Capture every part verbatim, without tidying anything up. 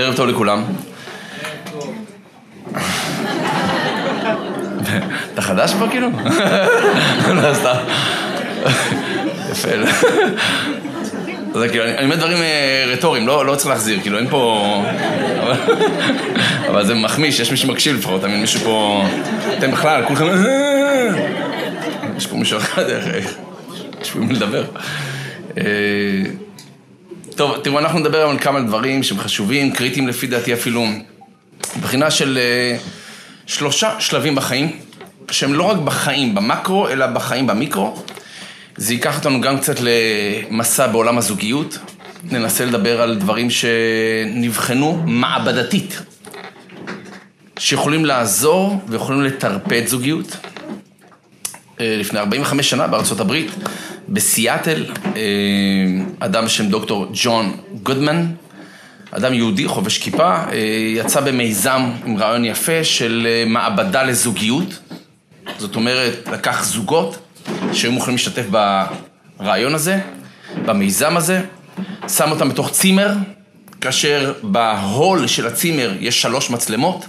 ערב טוב לכולם. אתה חדש פה כאילו? לא, סתם. יפה. אני אומר דברים רטוריים, לא צריך להחזיר, כאילו אין פה... אבל זה מחמיש, יש מישהו מקשיב לפחות, מישהו פה... אתם בכלל, כולכם... יש פה מישהו אחד, יש פה מי לדבר. טוב, תראו, אנחנו נדבר על כמה דברים שהם חשובים, קריטיים לפי דעתי אפילו, מבחינה של שלושה שלבים בחיים, שהם לא רק בחיים במקרו, אלא בחיים במיקרו. זה ייקח אותנו גם קצת למסע בעולם הזוגיות. ננסה לדבר על דברים שנבחנו מעבדתית, שיכולים לעזור ויכולים לטרפד זוגיות. לפני ארבעים וחמש שנה בארצות הברית, בסיאטל, אדם בשם דוקטור ג'ון גודמן, אדם יהודי, חובש כיפה, יצא במיזם עם רעיון יפה של מעבדה לזוגיות. זאת אומרת, לקח זוגות שהיו מוכנים להשתתף ברעיון הזה, במיזם הזה, שם אותם בתוך צימר, כאשר בהול של הצימר יש שלוש מצלמות,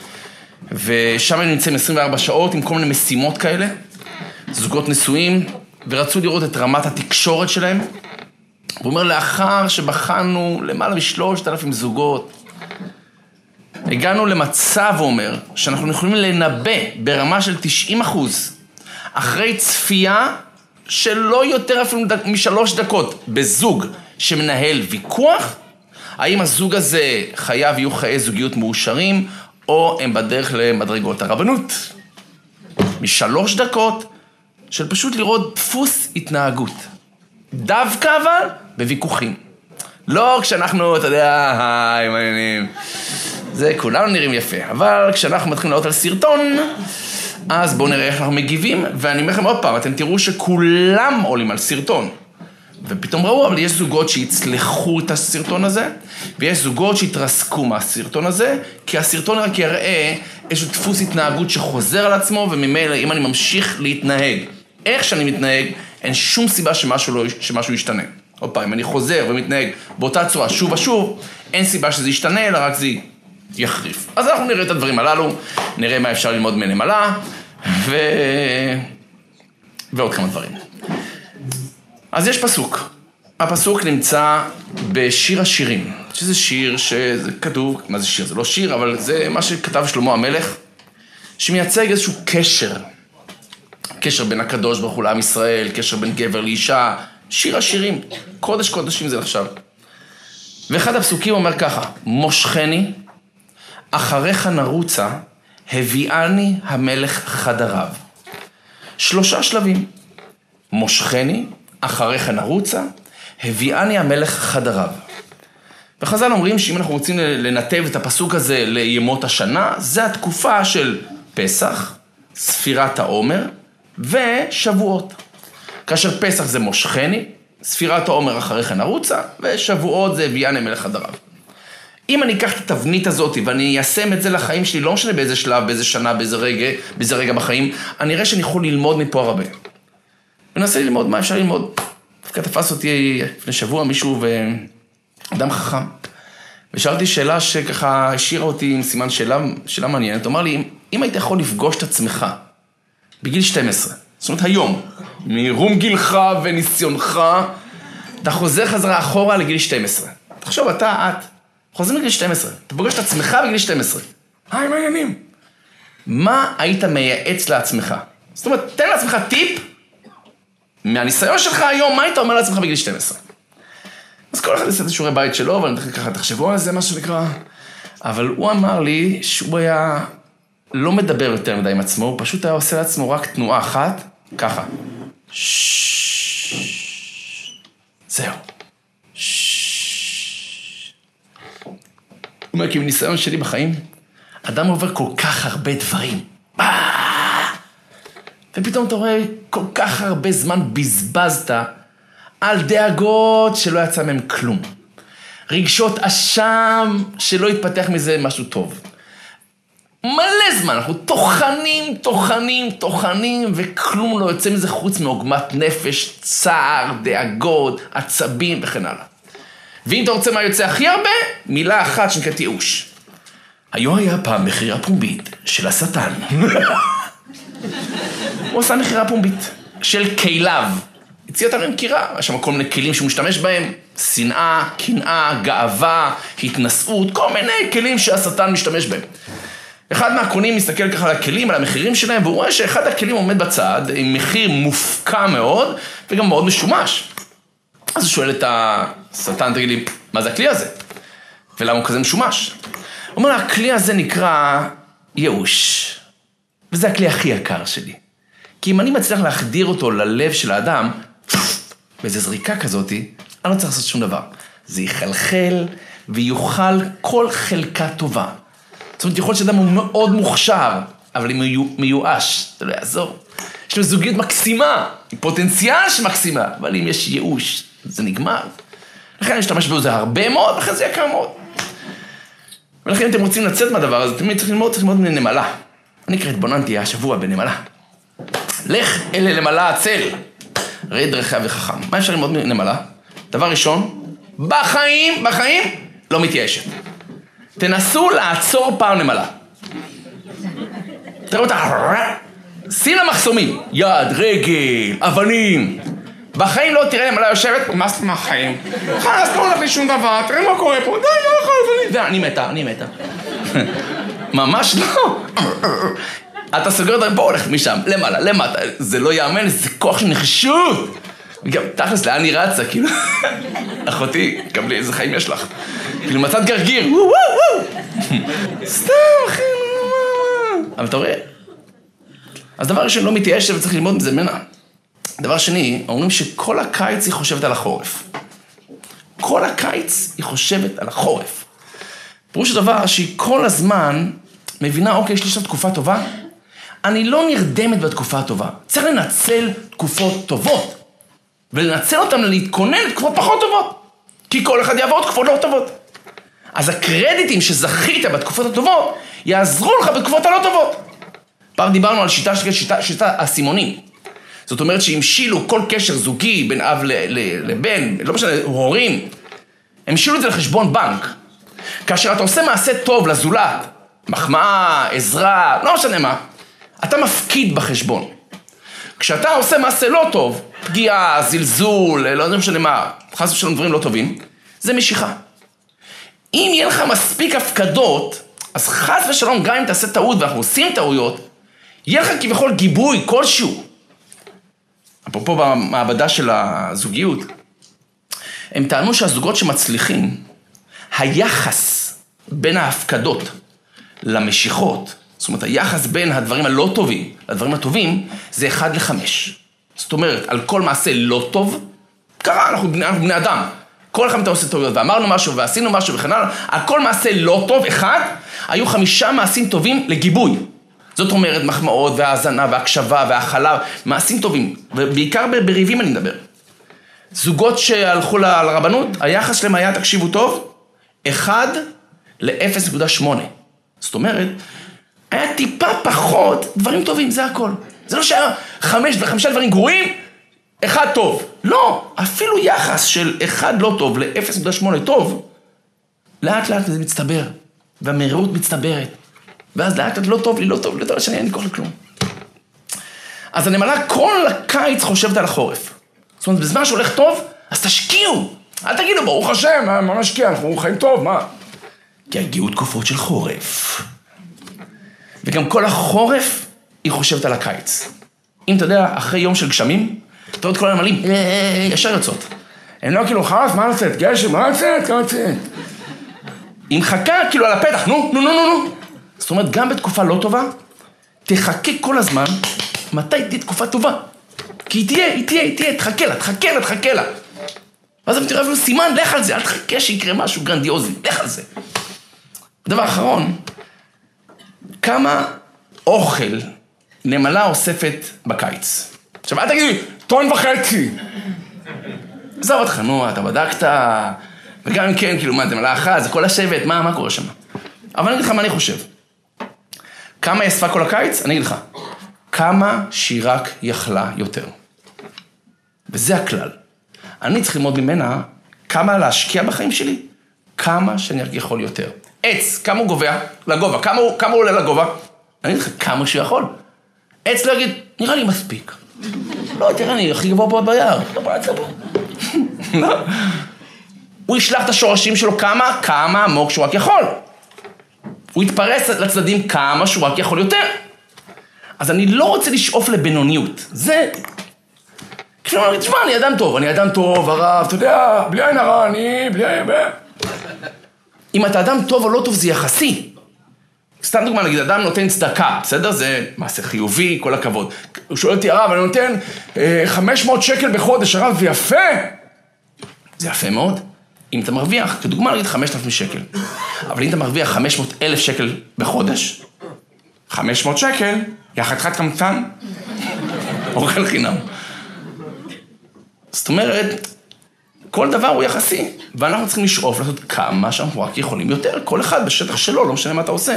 ושם הם נמצאים עשרים וארבע שעות עם כל מיני משימות כאלה, זוגות נשואים, ורצו לראות את רמת התקשורת שלהם. הוא אומר, לאחר שבחנו למעלה משלושת אלפים זוגות, הגענו למצב, הוא אומר, שאנחנו יכולים לנבא ברמה של תשעים אחוז, אחרי צפייה של לא יותר אפילו משלוש דקות בזוג שמנהל ויכוח, האם הזוג הזה חייב יהיו חיי זוגיות מאושרים, או הם בדרך למדרגות הרבנות. משלוש דקות של פשוט לראות דפוס התנהגות. דווקא אבל בוויכוחים. לא כשאנחנו, אתה יודע, היי, מעניינים. זה כולנו נראים יפה. אבל כשאנחנו מתחילים לעלות על סרטון, אז בואו נראה איך אנחנו מגיבים, ואני אומר לכם עוד פעם, אתם תראו שכולם עולים על סרטון. ופתאום ראו, אבל יש זוגות שהצלחו את הסרטון הזה, ויש זוגות שהתרסקו מהסרטון הזה, כי הסרטון רק יראה איזשהו דפוס התנהגות שחוזר על עצמו, וממילא אם אני ממשיך להתנהג, איך שאני מתנהג, אין שום סיבה שמשהו, לא, שמשהו ישתנה. עוד פעם, אם אני חוזר ומתנהג באותה צורה שוב ושוב, אין סיבה שזה ישתנה, אלא רק זה יחריף. אז אנחנו נראה את הדברים הללו, נראה מה אפשר ללמוד מנמלה, ו... ועוד כמה דברים. אז יש פסוק. הפסוק נמצא בשיר השירים, שזה שיר שזה כתוב, מה זה שיר? זה לא שיר, אבל זה מה שכתב שלמה המלך, שמייצג איזשהו קשר, קשר בין הקדוש ברוך הוא לעם ישראל, קשר בין גבר לאישה, שיר השירים, קודש קודשים זה נחשב. ואחד הפסוקים אומר ככה, מושכני, אחריך נרוצה, הביאני המלך חדריו. שלושה שלבים, מושכני, אחריך נרוצה, הביאני המלך חדריו. וחז"ל אומרים שאם אנחנו רוצים לנתב את הפסוק הזה לימות השנה, זה התקופה של פסח, ספירת העומר ושבועות. כאשר פסח זה מושכני, ספירת העומר אחריך נרוצה, ושבועות זה הביאני המלך חדריו. אם אני אקח את התבנית הזאת ואני איישם את זה לחיים שלי, לא משנה באיזה שלב, באיזה שנה, באיזה רגע, באיזה רגע בחיים, אני אראה שאני יכול ללמוד מפה הרבה. וננסה ללמוד מה אפשר ללמוד. דווקא תפס אותי לפני שבוע מישהו ואדם חכם. ושאלתי שאלה שככה השאירה אותי עם סימן שאלה, שאלה מעניינת. הוא אמר לי, אם היית יכול לפגוש את עצמך בגיל שתים עשרה, זאת אומרת היום, מרום גילך וניסיונך, אתה חוזר חזרה אחורה לגיל שתים עשרה. תחשוב, אתה, את, חוזרים לגיל שתים עשרה. אתה פוגש את עצמך בגיל שתים עשרה. היי, מה העניינים? מה היית מייעץ לעצמך? זאת אומרת, תן לעצמך טיפ, מהניסיון שלך היום, מה היית אומר לעצמך בגיל שתים עשרה? אז כל אחד עושה את שיעורי בית שלו, ואני מתחיל ככה, תחשבו על זה, מה שנקרא. אבל הוא אמר לי שהוא היה לא מדבר יותר מדי עם עצמו, הוא פשוט היה עושה לעצמו רק תנועה אחת, ככה. זהו. הוא אומר, כי בניסיון שלי בחיים, אדם עובר כל כך הרבה דברים. ופתאום אתה רואה כל כך הרבה זמן בזבזת על דאגות שלא יצא מהם כלום. רגשות אשם שלא יתפתח מזה משהו טוב. מלא זמן, אנחנו תוכנים, תוכנים, תוכנים, וכלום לא יוצא מזה חוץ מעוגמת נפש, צער, דאגות, עצבים וכן הלאה. ואם אתה רוצה מה יוצא הכי הרבה, מילה אחת שנקראת ייאוש. היו היה פעם מחירה פומבית של השטן. הוא עשה מחירה פומבית של כליו. הציע אותנו עם קירה, יש שם כל מיני כלים שהוא משתמש בהם, שנאה, קנאה, גאווה, התנשאות, כל מיני כלים שהשטן משתמש בהם. אחד מהקונים מסתכל ככה על הכלים, על המחירים שלהם, והוא רואה שאחד הכלים עומד בצד, עם מחיר מופקע מאוד, וגם מאוד משומש. אז הוא שואל את השטן, תגיד לי, מה זה הכלי הזה? ולמה הוא כזה משומש? הוא אומר, הכלי הזה נקרא ייאוש, וזה הכלי הכי יקר שלי. כי אם אני מצליח להחדיר אותו ללב של האדם, באיזו זריקה כזאת, אני לא צריך לעשות שום דבר. זה יחלחל ויוכל כל חלקה טובה. זאת אומרת, יכול להיות שאדם הוא מאוד מוכשר, אבל אם הוא מיואש, זה לא יעזור. יש לו זוגיות מקסימה, עם פוטנציאל שמקסימה, אבל אם יש ייאוש, זה נגמר. לכן אני משתמש בזה הרבה מאוד, לכן זה יקר מאוד. ולכן אם אתם רוצים לצאת מהדבר הזה, תמיד צריך ללמוד, צריך ללמוד מנמלה. אני כבר התבוננתי השבוע בנמלה. לך אלה נמלה הצל, ראה דרכיה וחכם. מה אפשר ללמוד מנמלה? דבר ראשון, בחיים, בחיים, לא מתייאשת. תנסו לעצור פעם נמלה. תראו אותה, שים לה מחסומים, יד, רגל, אבנים. בחיים לא תראה נמלה יושבת, מה זאת מהחיים? חלס, לא הולך לי שום דבר, תראה מה קורה פה, די, לא יכול אבנים. ואני מתה, אני מתה. ממש לא. אתה סוגר אותה, בוא הולך משם, למעלה, למטה, זה לא יאמן, זה כוח של נחשות. גם תכלס, לאן היא רצה, כאילו, אחותי, גם לי, איזה חיים יש לך. כאילו, מצאת גרגיר, וואו, וואו, וואו. סתם, אחי, אבל אתה רואה? אז דבר ראשון, לא מתייאש וצריך ללמוד מזה ממנה. דבר שני, אומרים שכל הקיץ היא חושבת על החורף. כל הקיץ היא חושבת על החורף. פירוש הדבר שהיא כל הזמן מבינה, אוקיי, יש לי שם תקופה טובה, אני לא נרדמת בתקופה הטובה. צריך לנצל תקופות טובות. ולנצל אותם להתכונן לתקופות פחות טובות. כי כל אחד יעבור תקופות לא טובות. אז הקרדיטים שזכית בתקופות הטובות, יעזרו לך בתקופות הלא טובות. פעם דיברנו על שיטה של שיטה, שיטה הסימונים. זאת אומרת שהמשילו כל קשר זוגי בין אב לבן, לא משנה, הורים, המשילו את זה לחשבון בנק. כאשר אתה עושה מעשה טוב לזולת, מחמאה, עזרה, לא משנה מה, אתה מפקיד בחשבון. כשאתה עושה מעשה לא טוב, פגיעה, זלזול, לא משנה מה, חס ושלום דברים לא טובים, זה משיכה. אם יהיה לך מספיק הפקדות, אז חס ושלום גם אם תעשה טעות ואנחנו עושים טעויות, יהיה לך כביכול גיבוי כלשהו. אפרופו במעבדה של הזוגיות, הם טענו שהזוגות שמצליחים, היחס בין ההפקדות למשיכות, זאת אומרת, היחס בין הדברים הלא טובים לדברים הטובים, זה אחד לחמש. זאת אומרת, על כל מעשה לא טוב, קרה, אנחנו בני, אנחנו בני אדם. כל אחד אתה עושה טעויות, ואמרנו משהו, ועשינו משהו, וכן הלאה. על כל מעשה לא טוב, אחד, היו חמישה מעשים טובים לגיבוי. זאת אומרת, מחמאות, והאזנה, והקשבה, והאכלה, מעשים טובים. ובעיקר בריבים אני מדבר. זוגות שהלכו לרבנות, היחס שלהם היה, תקשיבו טוב, אחד ל-אפס נקודה שמונה. זאת אומרת, היה טיפה פחות דברים טובים, זה הכל. זה לא שהיה חמש וחמישה דברים גרועים, אחד טוב. לא, אפילו יחס של אחד לא טוב ל-אפס נקודה שמונה טוב, לאט לאט זה מצטבר, והמהירות מצטברת. ואז לאט לאט לא טוב לי, לא טוב לי, לא טוב שאני אין כוח לכלום. אז הנמלה כל הקיץ חושבת על החורף. זאת אומרת, בזמן שהולך טוב, אז תשקיעו. אל תגידו, ברוך השם, מה, מה משקיע? אנחנו חיים טוב, מה? כי הגיעו תקופות של חורף. וגם כל החורף היא חושבת על הקיץ. אם אתה יודע, אחרי יום של גשמים, אתה רואה את כל הנמלים, ישר יוצאות. הם לא כאילו, חרס, מה לצאת? גשם, מה לצאת? מה לצאת? היא מחכה כאילו על הפתח, נו, נו, נו, נו, נו. זאת אומרת, גם בתקופה לא טובה, תחכה כל הזמן, מתי תהיה תקופה טובה? כי היא תהיה, היא תהיה, היא תהיה, תחכה לה, תחכה לה, תחכה לה. ואז אתה תראה אפילו סימן, לך על זה, אל תחכה שיקרה משהו גרנדיוזי, לך על זה. דבר אחרון, כמה אוכל נמלה אוספת בקיץ? עכשיו, אל תגידי, טון וחצי. עזוב אותך, נו, אתה בדקת, וגם אם כן, כאילו, מה, זה מלה אחת, זה כל השבט, מה, מה קורה שם? אבל אני אגיד לך מה אני חושב. כמה היא אספה כל הקיץ? אני אגיד לך. כמה שהיא רק יכלה יותר. וזה הכלל. אני צריך ללמוד ממנה כמה להשקיע בחיים שלי? כמה שאני יכול יותר. עץ, כמה הוא גובע? לגובה. כמה הוא, כמה הוא עולה לגובה? אני אגיד לך, כמה שהוא יכול. עץ לא יגיד, נראה לי מספיק. לא, תראה, אני הכי גבוה פה ביער. לא בא לצה פה. לא. הוא ישלח את השורשים שלו כמה, כמה עמוק שהוא רק יכול. הוא יתפרס לצדדים כמה שהוא רק יכול יותר. אז אני לא רוצה לשאוף לבינוניות. זה... כפי אומר, תשמע, אני אדם טוב, אני אדם טוב, הרב, אתה יודע, בלי עין הרע, אני, בלי עין... אם אתה אדם טוב או לא טוב, זה יחסי. סתם דוגמה, נגיד, אדם נותן צדקה, בסדר? זה מעשה חיובי, כל הכבוד. הוא שואל אותי, הרב, אני נותן אה, חמש מאות שקל בחודש, הרב, זה יפה. זה יפה מאוד. אם אתה מרוויח, כדוגמה, נגיד, חמשת אלפים שקל. אבל אם אתה מרוויח חמש מאות אלף שקל בחודש, חמש מאות שקל, יחד חד קמצן, אוכל חינם. זאת אומרת, כל דבר הוא יחסי, ואנחנו צריכים לשאוף לעשות כמה שאנחנו רק יכולים יותר, כל אחד בשטח שלו, לא משנה מה אתה עושה.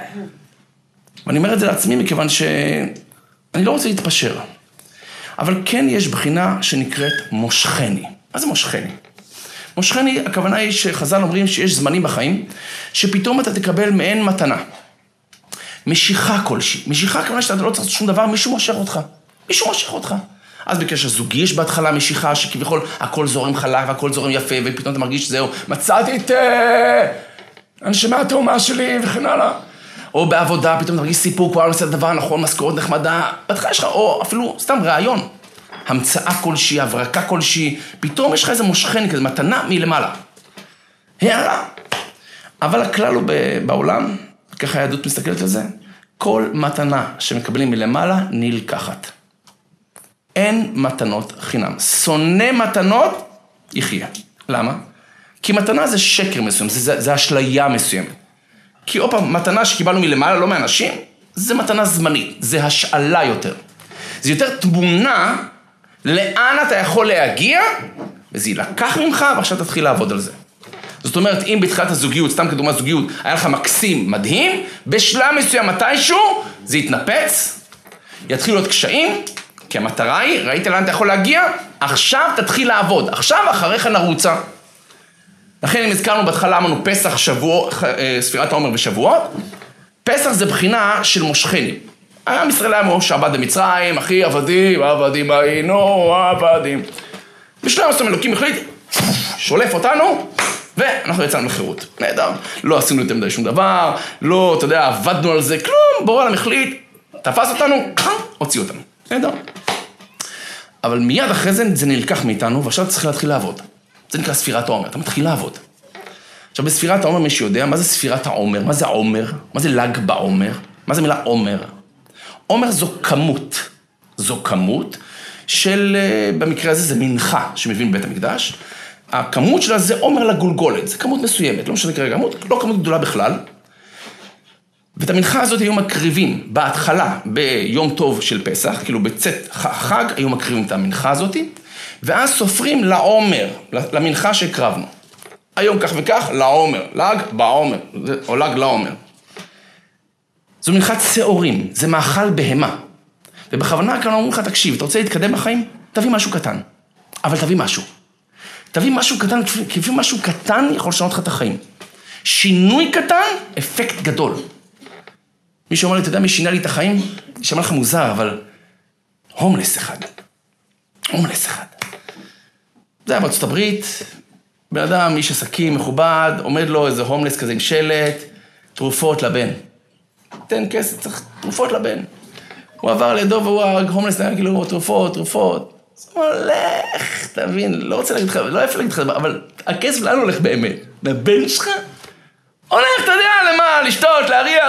ואני אומר את זה לעצמי מכיוון שאני לא רוצה להתפשר. אבל כן יש בחינה שנקראת מושכני. מה זה מושכני? מושכני, הכוונה היא שחז"ל אומרים שיש זמנים בחיים, שפתאום אתה תקבל מעין מתנה. משיכה כלשהי. משיכה הכוונה שאתה לא צריך שום דבר, מישהו מושך אותך. מישהו מושך אותך. אז בקשר זוגי יש בהתחלה משיכה שכביכול הכל זורם חלק והכל זורם יפה, ופתאום אתה מרגיש שזהו, מצאתי את הנשמה התאומה שלי וכן הלאה. או בעבודה, פתאום אתה מרגיש סיפור, כבר לא עושה את הדבר הנכון, משכורת נחמדה, בהתחלה יש לך, או אפילו סתם רעיון, המצאה כלשהי, הברקה כלשהי, פתאום יש לך איזה מושכני כזה, מתנה מלמעלה. הערה. אבל הכלל הוא בעולם, ככה היהדות מסתכלת על זה, כל מתנה שמקבלים מלמעלה נלקחת. אין מתנות חינם. שונא מתנות, יחיה. למה? כי מתנה זה שקר מסוים, זה, זה, זה אשליה מסוימת. כי עוד פעם, מתנה שקיבלנו מלמעלה, לא מאנשים, זה מתנה זמנית, זה השאלה יותר. זה יותר תמונה לאן אתה יכול להגיע, וזה ילקח ממך, ועכשיו תתחיל לעבוד על זה. זאת אומרת, אם בתחילת הזוגיות, סתם כדוגמה זוגיות, היה לך מקסים, מדהים, בשלב מסוים מתישהו, זה יתנפץ, יתחילו להיות קשיים, כי המטרה היא, ראית לאן אתה יכול להגיע, עכשיו תתחיל לעבוד, עכשיו אחריך נרוצה. לכן אם הזכרנו בהתחלה, אמרנו פסח, שבוע, ספירת העומר ושבועות, פסח זה בחינה של מושכני. עם ישראל היה שעבד במצרים, אחי עבדים, עבדים היינו, עבדים. בשלב מסוים אלוקים החליט, שולף אותנו, ואנחנו יצאנו לחירות. נהדר, לא עשינו יותר מדי שום דבר, לא, אתה יודע, עבדנו על זה, כלום, בורא עולם החליט, תפס אותנו, הוציא אותנו. נהדר. אבל מיד אחרי זה זה נלקח מאיתנו, ועכשיו צריך להתחיל לעבוד. זה נקרא ספירת העומר, אתה מתחיל לעבוד. עכשיו בספירת העומר, מי שיודע, מה זה ספירת העומר? מה זה העומר? מה זה ל"ג בעומר? מה זה מילה עומר? עומר זו כמות. זו כמות של, במקרה הזה זה מנחה שמבין בית המקדש. הכמות שלה זה עומר לגולגולת, זה כמות מסוימת, לא משנה כרגע, כמות, לא כמות גדולה בכלל. ואת המנחה הזאת היו מקריבים בהתחלה ביום טוב של פסח, כאילו בצאת חג היו מקריבים את המנחה הזאת, ואז סופרים לעומר, למנחה שהקרבנו. היום כך וכך, לעומר, ל"ג בעומר, או ל"ג לעומר. זו מנחת שעורים, זה מאכל בהמה. ובכוונה כאן אומרים לך, תקשיב, אתה רוצה להתקדם בחיים? תביא משהו קטן, אבל תביא משהו. תביא משהו קטן, כפי משהו קטן יכול לשנות לך את החיים. שינוי קטן, אפקט גדול. מי שאומר לי, אתה יודע מי שינה לי את החיים? ישמע לך מוזר, אבל הומלס אחד. הומלס אחד. זה היה בארצות הברית, בן אדם, איש עסקים, מכובד, עומד לו איזה הומלס כזה עם שלט, תרופות לבן. תן כסף, צריך תרופות לבן. הוא עבר לידו והוא ההומלס, היה כאילו, תרופות, תרופות. אז הוא הולך, תבין, לא רוצה להגיד לך, לא יפה להגיד לך, אבל הכסף לאן הולך באמת? לבן שלך? הולך, אתה יודע, למה? לשתות, להריח?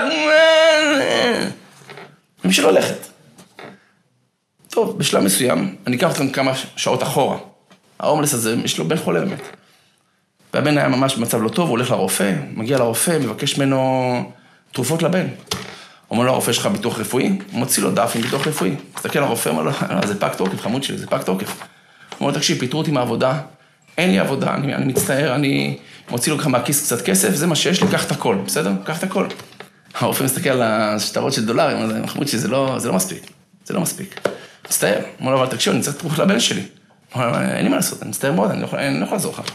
מי שלא הולכת. טוב, בשלב מסוים, אני אקח אתכם כמה שעות אחורה. ההומלס הזה, יש לו בן חולה באמת. והבן היה ממש במצב לא טוב, הוא הולך לרופא, מגיע לרופא, מבקש ממנו תרופות לבן. אומר לו, הרופא שלך ביטוח רפואי? הוא מוציא לו דף עם ביטוח רפואי. מסתכל על הרופא, אומר לו, זה פג תוקף, חמוד שלי, זה פג תוקף. הוא אומר לו, תקשיב, פיטרו אותי מהעבודה, אין לי עבודה, אני, אני מצטער, אני מוציא לו ככה מהכיס קצת כסף, זה מה שיש לי, קח את הכל, בסדר? קח את הכל. הרופא מסתכל על השטרות של דולרים, אומר לו, חמוד שלי, זה לא, זה לא מספיק, זה לא מספיק. מצטער. אומר לו, אבל תקשיב, אני צריך תרופות לבן שלי. הוא אומר לו, אין לי מה לעשות, אני מצטער מאוד, אני לא יכול, אני לא יכול לעזור לך.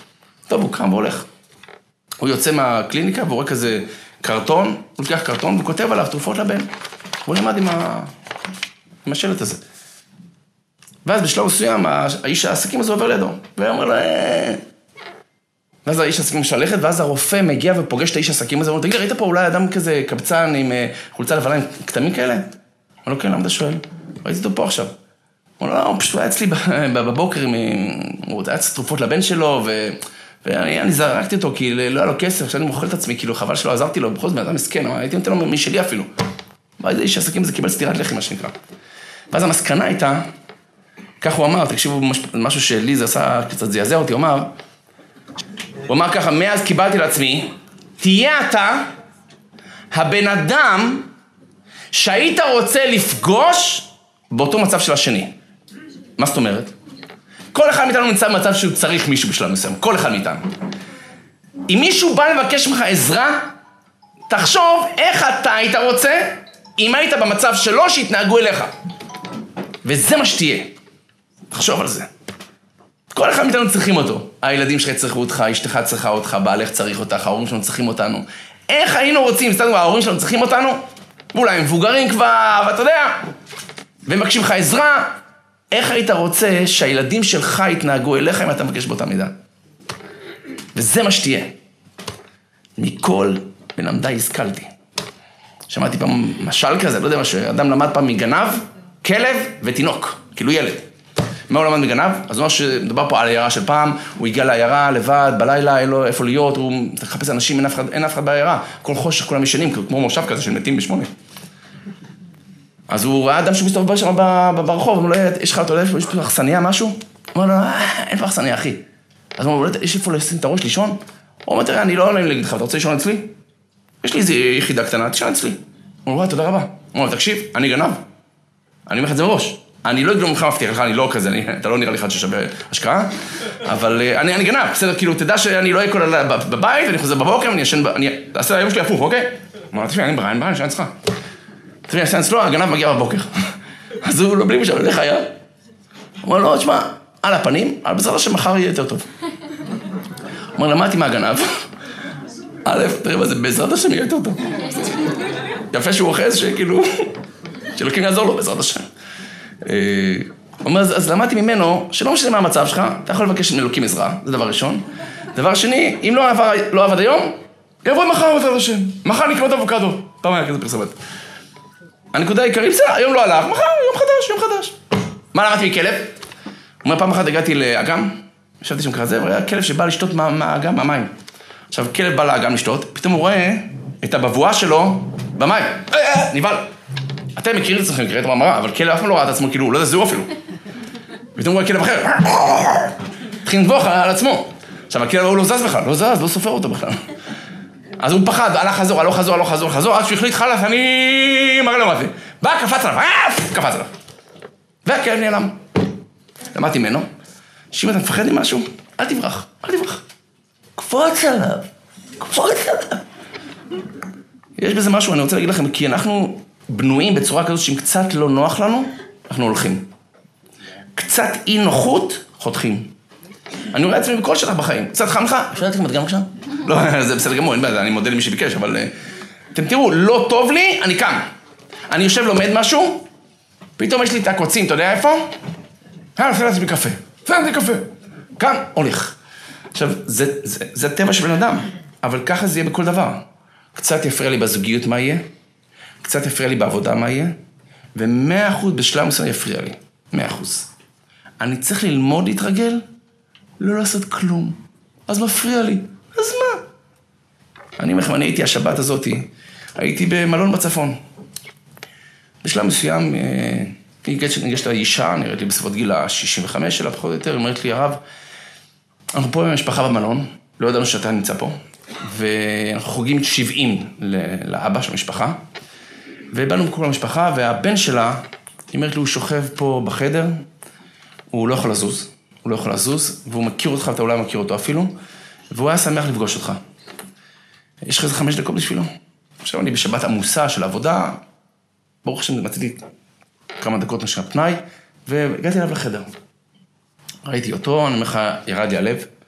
טוב, הוא קם והולך. הוא יוצא מהקליניקה והוא רואה כזה קרטון, הוא לוקח קרטון והוא כותב עליו תרופות לבן. הוא למד עם, ה... עם השלט הזה. ואז בשלב מסוים, האיש העסקים הזה עובר לידו. והוא אומר לו, אה... ואז האיש העסקים משל ללכת, ואז הרופא מגיע ופוגש את האיש העסקים הזה, ואומר, תגיד, ראית פה אולי אדם כזה קבצן עם חולצה לבנה עם כתמים כאלה? הוא אומר לו, כן, למה אתה שואל? ראיתי אותו פה עכשיו. הוא אומר לו, הוא פשוט היה אצלי בבוקר, הוא היה תרופות לבן שלו, ואני זרקתי אותו, כי לא היה לו כסף, עכשיו אני מוכל את עצמי, כאילו חבל שלא עזרתי לו, בכל זאת, אדם מסכן, הייתי נותן לו משלי אפילו. ואז האיש העסקים הזה קיבל סטירת לחי, מה שנקרא. ואז המסקנה הייתה, כך הוא אמר, תקשיבו, משהו שלי זה עשה קצת זעזע אותי, הוא אמר, הוא אמר ככה, מאז קיבלתי לעצמי, תהיה אתה הבן אדם שהיית רוצה לפגוש באותו מצב של השני. מה זאת אומרת? כל אחד מאיתנו נמצא במצב שהוא צריך מישהו בשלב מסוים, כל אחד מאיתנו. אם מישהו בא לבקש ממך עזרה, תחשוב איך אתה היית רוצה, אם היית במצב שלו שהתנהגו אליך. וזה מה שתהיה. תחשוב על זה. כל אחד מאיתנו צריכים אותו. הילדים שלך צריכו אותך, אשתך צריכה אותך, בעלך צריך אותך, ההורים שלנו צריכים אותנו. איך היינו רוצים, סתם ההורים שלנו צריכים אותנו? ואולי הם מבוגרים כבר, ואתה יודע, והם מבקשים לך עזרה. איך היית רוצה שהילדים שלך יתנהגו אליך אם אתה מבקש באותה מידה? וזה מה שתהיה. מכל מלמדי השכלתי. שמעתי פעם משל כזה, לא יודע מה שאדם למד פעם מגנב, כלב ותינוק, כאילו ילד. מה הוא למד מגנב? אז הוא אומר שמדובר פה על העיירה של פעם, הוא הגיע לעיירה לבד, בלילה, אין לו איפה להיות, הוא מחפש אנשים, אין אף אחד, אין אף אחד בעיירה, כל חושך, כולם ישנים, כמו מושב כזה של מתים בשמונה. אז הוא ראה אדם שמסתובב שם ברחוב, הוא אומר לו, יש לך, אתה יודע, יש פה אכסניה, משהו? הוא אומר לו, אין פה אכסניה, אחי. אז הוא אומר לו, יש איפה לשים את הראש לישון? הוא אומר, תראה, אני לא עולה להגיד לך, אתה רוצה לישון אצלי? יש לי איזו יחידה קטנה, תשאל אצלי. הוא אומר, תודה רבה. הוא אומר, תקשיב, אני גנב. אני אומר לך את זה מראש. אני לא אגלום ממך מבטיח לך, אני לא כזה, אני, אתה לא נראה לי אחד ששווה השקעה, אבל אני, אני גנב, בסדר, כאילו, תדע שאני לא אקול בבית, אני חוזר בבוקר, אני ישן, אני אעשה היום שלי הפוך, אוקיי? הוא אומר, תשמע, אני ברעי, אני ברעי, אני אצלך. תשמע, אני אצלו, הגנב מגיע בבוקר. אז הוא לא בלי משהו, איך היה? הוא אומר, לא, תשמע, על הפנים, על בעזרת השם מחר יהיה יותר טוב. הוא אומר, למדתי מהגנב. א', תראה מה זה, בעזרת השם יהיה יותר טוב. יפה שהוא אוחז שכאילו, שלוקים יעזור לו בעזרת השם. הוא אומר, אז למדתי ממנו שלא משנה מה המצב שלך, אתה יכול לבקש מאלוקים עזרה, זה דבר ראשון. דבר שני, אם לא עבד, לא עבד היום, יבוא מחר בעזרת השם. מחר נקנות אבוקדו. פעם היה כזה פרסומת. הנקודה העיקרית, בסדר, היום לא הלך, מחר, יום חדש, יום חדש. מה למדתי מכלב? הוא אומר, פעם אחת הגעתי לאגם, ישבתי שם כזה, והיה כלב שבא לשתות מהאגם, מהמים. עכשיו, כלב בא לאגם לשתות, פתאום הוא רואה את הבבואה שלו במים. נבהל. אתם מכירים את עצמכם, מכירים את המאמרה, אבל כלב אף פעם לא ראה את עצמו, כאילו, הוא לא יודע זהו אפילו. פתאום הוא רואה כלב אחר, התחיל לנבוך על עצמו. עכשיו, הכלב הוא לא זז בכלל, לא זז, לא סופר אותו בכלל. אז הוא פחד, הלך חזור, הלוך חזור, הלוך חזור, חזור, עד שהוא החליט חלף, אני מראה לו מה זה. בא, קפץ עליו, קפץ עליו. והכלב נעלם. למדתי ממנו, שאם אתה מפחד ממשהו, אל תברח, אל תברח. קפוץ עליו, קפוץ עליו. יש בזה משהו, אני רוצה להגיד לכם, כי אנחנו בנויים בצורה כזאת שאם קצת לא נוח לנו, אנחנו הולכים. קצת אי נוחות, חותכים. אני רואה עצמי בכל שלך בחיים. קצת חם לך? אפשר לתת מדגם עכשיו? לא, זה בסדר גמור, אין בעיה, אני מודה למי שביקש, אבל... אתם תראו, לא טוב לי, אני קם. אני יושב לומד משהו, פתאום יש לי את הקוצים, אתה יודע איפה? אה, נפעיל לעצמי קפה. נפעיל לעצמי קפה. קם, הולך. עכשיו, זה, זה, זה הטבע של בן אדם, אבל ככה זה יהיה בכל דבר. קצת יפריע לי בזוגיות מה יהיה, קצת יפריע לי בעבודה מה יהיה, ומאה אחוז בשלב מסוים יפריע לי. מאה אחוז. אני צריך ללמוד להתרגל, לא לעשות כלום. אז מפריע לי. אז מה? אני אומר לכם, אני הייתי השבת הזאת, הייתי במלון בצפון. בשלב מסוים, ניגשת לאישה, נראית לי בסביבות גיל ה-שישים וחמש שלה, פחות או יותר, אומרת לי, הרב, אנחנו פה עם המשפחה במלון, לא ידענו שאתה נמצא פה, ואנחנו חוגים שבעים לאבא של המשפחה, ובאנו בכל המשפחה, והבן שלה, היא אומרת לי, הוא שוכב פה בחדר, הוא לא יכול לזוז, הוא לא יכול לזוז, והוא מכיר אותך, ואתה אולי מכיר אותו אפילו, והוא היה שמח לפגוש אותך. יש לך איזה חמש דקות בשבילו? עכשיו אני בשבת עמוסה של עבודה, ברוך השם, מצאתי כמה דקות נשאר פנאי, והגעתי אליו לחדר. ראיתי אותו, אני אומר לך, ירד לי הלב,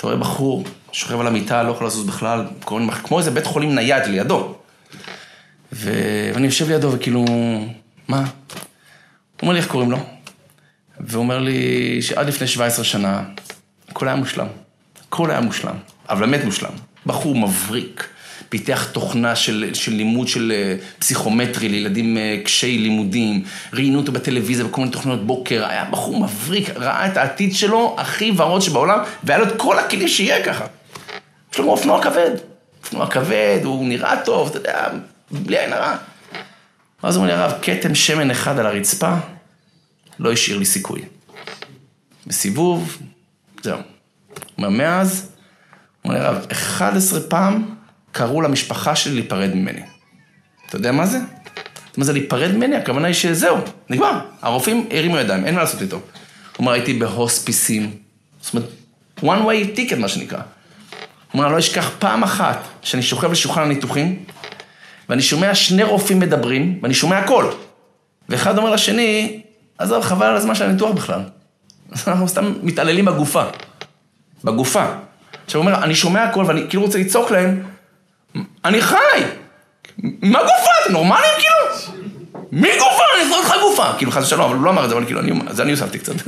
אתה רואה בחור, שוכב על המיטה, לא יכול לזוז בכלל, כמו איזה בית חולים נייד לידו. ואני יושב לידו וכאילו, מה? הוא אומר לי איך קוראים לו? והוא אומר לי שעד לפני שבע עשרה שנה, הכל היה מושלם. הכל היה מושלם, אבל באמת מושלם. בחור מבריק, פיתח תוכנה של, של לימוד של פסיכומטרי לילדים קשי לימודים, ראיינו אותו בטלוויזיה בכל מיני תוכניות בוקר, היה בחור מבריק, ראה את העתיד שלו, הכי ורוד שבעולם, והיה לו את כל הכלים שיהיה ככה. יש לו אופנוע כבד, אופנוע כבד, הוא נראה טוב, אתה יודע, בלי עין הרע. ואז הוא אומר לי, הרב, כתם שמן אחד על הרצפה, לא השאיר לי סיכוי. בסיבוב, זהו. הוא אומר, מאז, הוא אומר לי, הרב, אחד עשרה פעם קראו למשפחה שלי להיפרד ממני. אתה יודע מה זה? מה זה להיפרד ממני? הכוונה היא שזהו, נגמר. הרופאים הרימו ידיים, אין מה לעשות איתו. הוא אומר, הייתי בהוספיסים, זאת אומרת, one way ticket, מה שנקרא. הוא אומר, אני לא אשכח פעם אחת שאני שוכב לשולחן הניתוחים, ואני שומע שני רופאים מדברים, ואני שומע הכל. ואחד אומר לשני, אז חבל על הזמן של הניתוח בכלל. אנחנו סתם מתעללים בגופה. בגופה. עכשיו הוא אומר, אני שומע הכל, ואני כאילו רוצה לצעוק להם, אני חי! מה גופה? אתם נורמלים כאילו? מי גופה? אני זורק לך גופה. כאילו חס ושלום, אבל הוא לא אמר את זה, אבל כאילו, זה אני הוספתי קצת.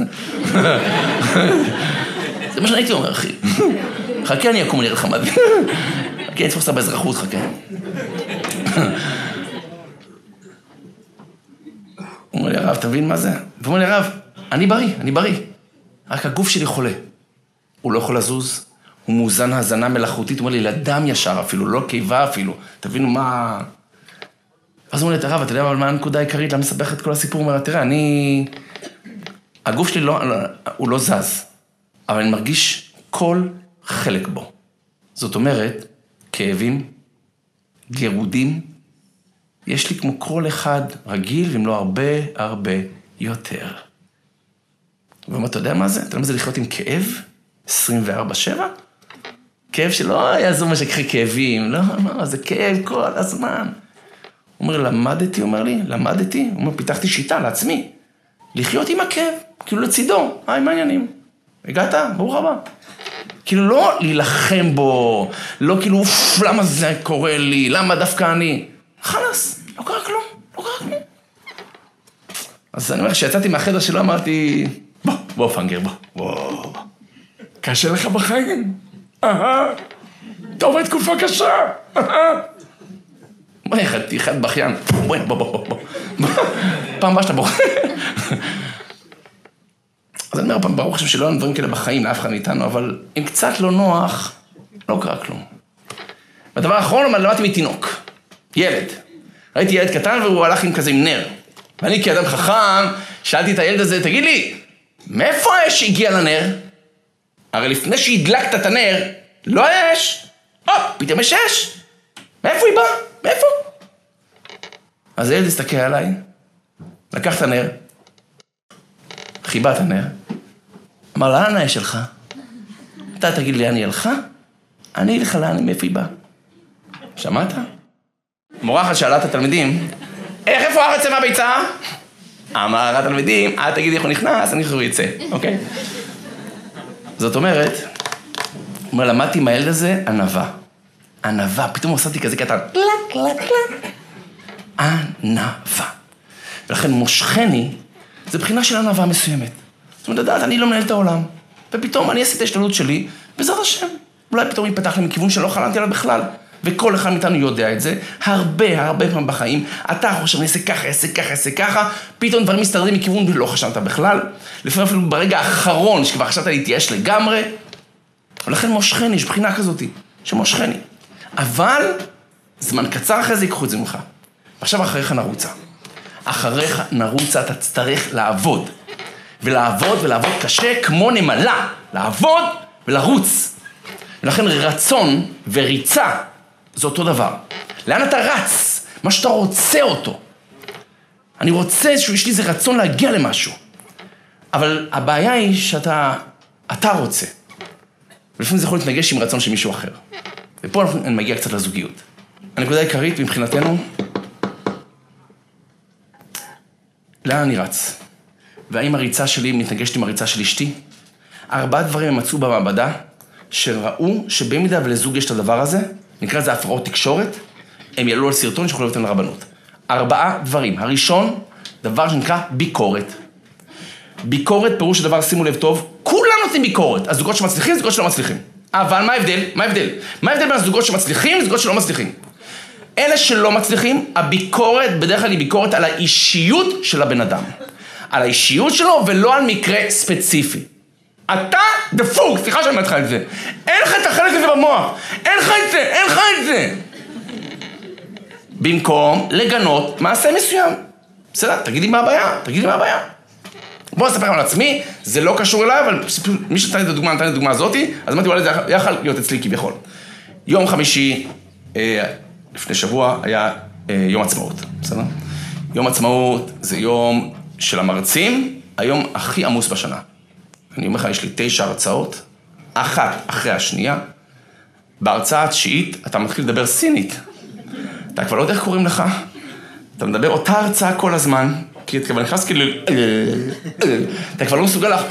זה מה שאני הייתי אומר, אחי. חכה, אני אקום, אני אראה לך מה זה. חכה, אני אתפוס אותה באזרחות, חכה. הוא אומר לי, הרב, תבין מה זה? והוא אומר לי, הרב, אני בריא, אני בריא. רק הגוף שלי חולה. הוא לא יכול לזוז, הוא מאוזן הזנה מלאכותית, הוא אומר לי, לדם ישר אפילו, לא קיבה אפילו. תבינו מה... אז הוא אומר לי, הרב, אתה יודע אבל מה הנקודה העיקרית? למה מסבך את כל הסיפור? הוא אומר, תראה, אני... הגוף שלי לא... הוא לא זז, אבל אני מרגיש כל חלק בו. זאת אומרת, כאבים, גירודים, יש לי כמו כל אחד רגיל, ואם לא הרבה, הרבה יותר. ואומר, אתה יודע מה זה? אתה יודע מה זה לחיות עם כאב? עשרים וארבע שבע? כאב שלא יעזור מה שכחי כאבים, לא, לא, זה כאב כל הזמן. הוא אומר, למדתי, הוא אומר לי, למדתי, הוא אומר, פיתחתי שיטה לעצמי, לחיות עם הכאב, כאילו לצידו, היי, מה העניינים? הגעת? ברוך הבא. כאילו לא להילחם בו, לא כאילו, אוף, למה זה קורה לי, למה דווקא אני? חלס, לא קרה כלום, לא קרה כלום. אז אני אומר, כשיצאתי מהחדר שלו, אמרתי, בוא, בוא, פנגר, בוא, בוא, בוא. קשה לך בחיים? אהה, אתה עובד תקופה קשה, אהה. בוא, אחד בכיין, בוא, בוא, בוא, בוא. פעם בא שאתה בוא. אז אני אומר, פעם ברוך שם שלא אין דברים כאלה בחיים, לאף אחד מאיתנו, אבל אם קצת לא נוח, לא קרה כלום. והדבר האחרון, למדתי מתינוק, ילד. ראיתי ילד קטן והוא הלך עם כזה עם נר. ואני כאדם חכם, שאלתי את הילד הזה, תגיד לי, מאיפה האש הגיע לנר? הרי לפני שהדלקת את הנר, לא היה אש. או, פתאום יש אש. מאיפה היא באה? מאיפה? אז הילד הסתכל עליי, לקח את הנר, חיבה את הנר, אמר, לאן האש שלך? אתה תגיד לי, אני אלך? אני אלך לאן, מאיפה היא באה? שמעת? מורה אחת שאלה את התלמידים, איך איפה הארץ מהביצה? אמר התלמידים, אל תגידי איך הוא נכנס, אני איך הוא יצא, אוקיי? זאת אומרת, הוא אומר, למדתי עם הילד הזה ענווה. ענווה, פתאום הוא עשיתי כזה קטן. קלק, קלק, קלק. ענווה. ולכן מושכני, זה בחינה של ענווה מסוימת. זאת אומרת, לדעת, אני לא מנהל את העולם. ופתאום אני אעשה את ההשתדלות שלי, בעזרת השם. אולי פתאום יפתח לי מכיוון שלא חלמתי עליו בכלל. וכל אחד מאיתנו יודע את זה, הרבה, הרבה פעמים בחיים, אתה חושב, אני אעשה ככה, אעשה ככה, אעשה ככה, פתאום דברים מסתדרים מכיוון ולא חשבת בכלל, לפעמים אפילו ברגע האחרון, שכבר חשבת להתייאש לגמרי, ולכן מושכני, יש בחינה כזאת, שמושכני. אבל, זמן קצר אחרי זה ייקחו את זה ממך. ועכשיו אחריך נרוצה. אחריך נרוצה, אתה תצטרך לעבוד. ולעבוד ולעבוד קשה כמו נמלה. לעבוד ולרוץ. ולכן רצון וריצה, זה אותו דבר. לאן אתה רץ? מה שאתה רוצה אותו. אני רוצה שיש לי איזה רצון להגיע למשהו. אבל הבעיה היא שאתה, אתה רוצה. ולפעמים זה יכול להתנגש עם רצון של מישהו אחר. ופה אני מגיע קצת לזוגיות. הנקודה העיקרית מבחינתנו, לאן אני רץ? והאם הריצה שלי מתנגשת עם הריצה של אשתי? ארבעה דברים הם מצאו במעבדה, שראו שבמידה ולזוג יש את הדבר הזה, נקרא לזה הפרעות תקשורת, הם יעלו על סרטון שיכולו לתת לרבנות. ארבעה דברים. הראשון, דבר שנקרא ביקורת. ביקורת פירוש הדבר, שימו לב טוב, כולם נותנים ביקורת. הזוגות שמצליחים, זוגות שלא מצליחים. אבל מה ההבדל? מה ההבדל? מה ההבדל בין הזוגות שמצליחים לזוגות שלא מצליחים? אלה שלא מצליחים, הביקורת בדרך כלל היא ביקורת על האישיות של הבן אדם. על האישיות שלו ולא על מקרה ספציפי. אתה דפוק, סליחה שאני מתחיל את זה. אין לך את החלק הזה במוח. אין לך את זה, אין לך את זה. במקום לגנות מעשה מסוים. בסדר, תגידי מה הבעיה, תגידי מה הבעיה. בואו נספר על עצמי, זה לא קשור אליי, אבל מי שנתן לי את הדוגמה, נתן לי את הדוגמה הזאתי, אז אמרתי, וואלה, זה יכל להיות אצלי כביכול. יום חמישי, אה, לפני שבוע, היה אה, יום עצמאות, בסדר? יום עצמאות זה יום של המרצים, היום הכי עמוס בשנה. אני אומר לך, יש לי תשע הרצאות, אחת אחרי השנייה, בהרצאה התשיעית, אתה מתחיל לדבר סינית. אתה כבר לא יודע איך קוראים לך, אתה מדבר אותה הרצאה כל הזמן, כי אתה כבר נכנס כאילו, אתה כבר לא מסוגל לך,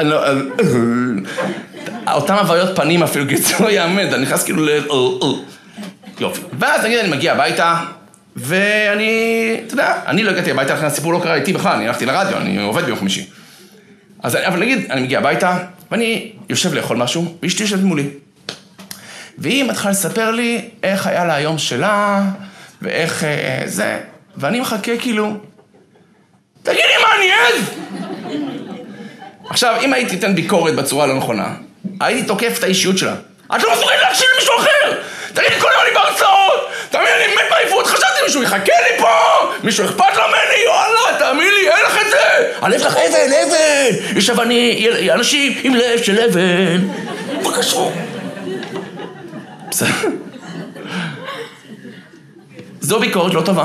אותם הוויות פנים אפילו, כי זה לא יעמד, אתה נכנס כאילו ל... יופי. ואז נגיד אני מגיע הביתה, ואני, אתה יודע, אני לא הגעתי הביתה, לכן הסיפור לא קרה איתי בכלל, אני הלכתי לרדיו, אני עובד ביום חמישי. אז אבל נגיד, אני מגיע הביתה, ואני יושב לאכול משהו, ואשתי יושבת מולי. והיא מתחילה לספר לי איך היה לה היום שלה, ואיך זה, ואני מחכה כאילו, תגידי מה אני עז? עכשיו, אם הייתי תיתן ביקורת בצורה לא נכונה, הייתי תוקף את האישיות שלה. את לא מסוגלת להקשיב למישהו אחר! תגידי, כל היום אני בהרצאות! תאמין, אני מת בעייפות, חשבתי מישהו יחכה לי פה! מישהו אכפת לו ממני, יאללה, תאמין לי, אין לך את זה! הלב שלך אבן, אבן! יש אבני, אנשים עם לב של אבן. מה קשור? בסדר. זו ביקורת לא טובה.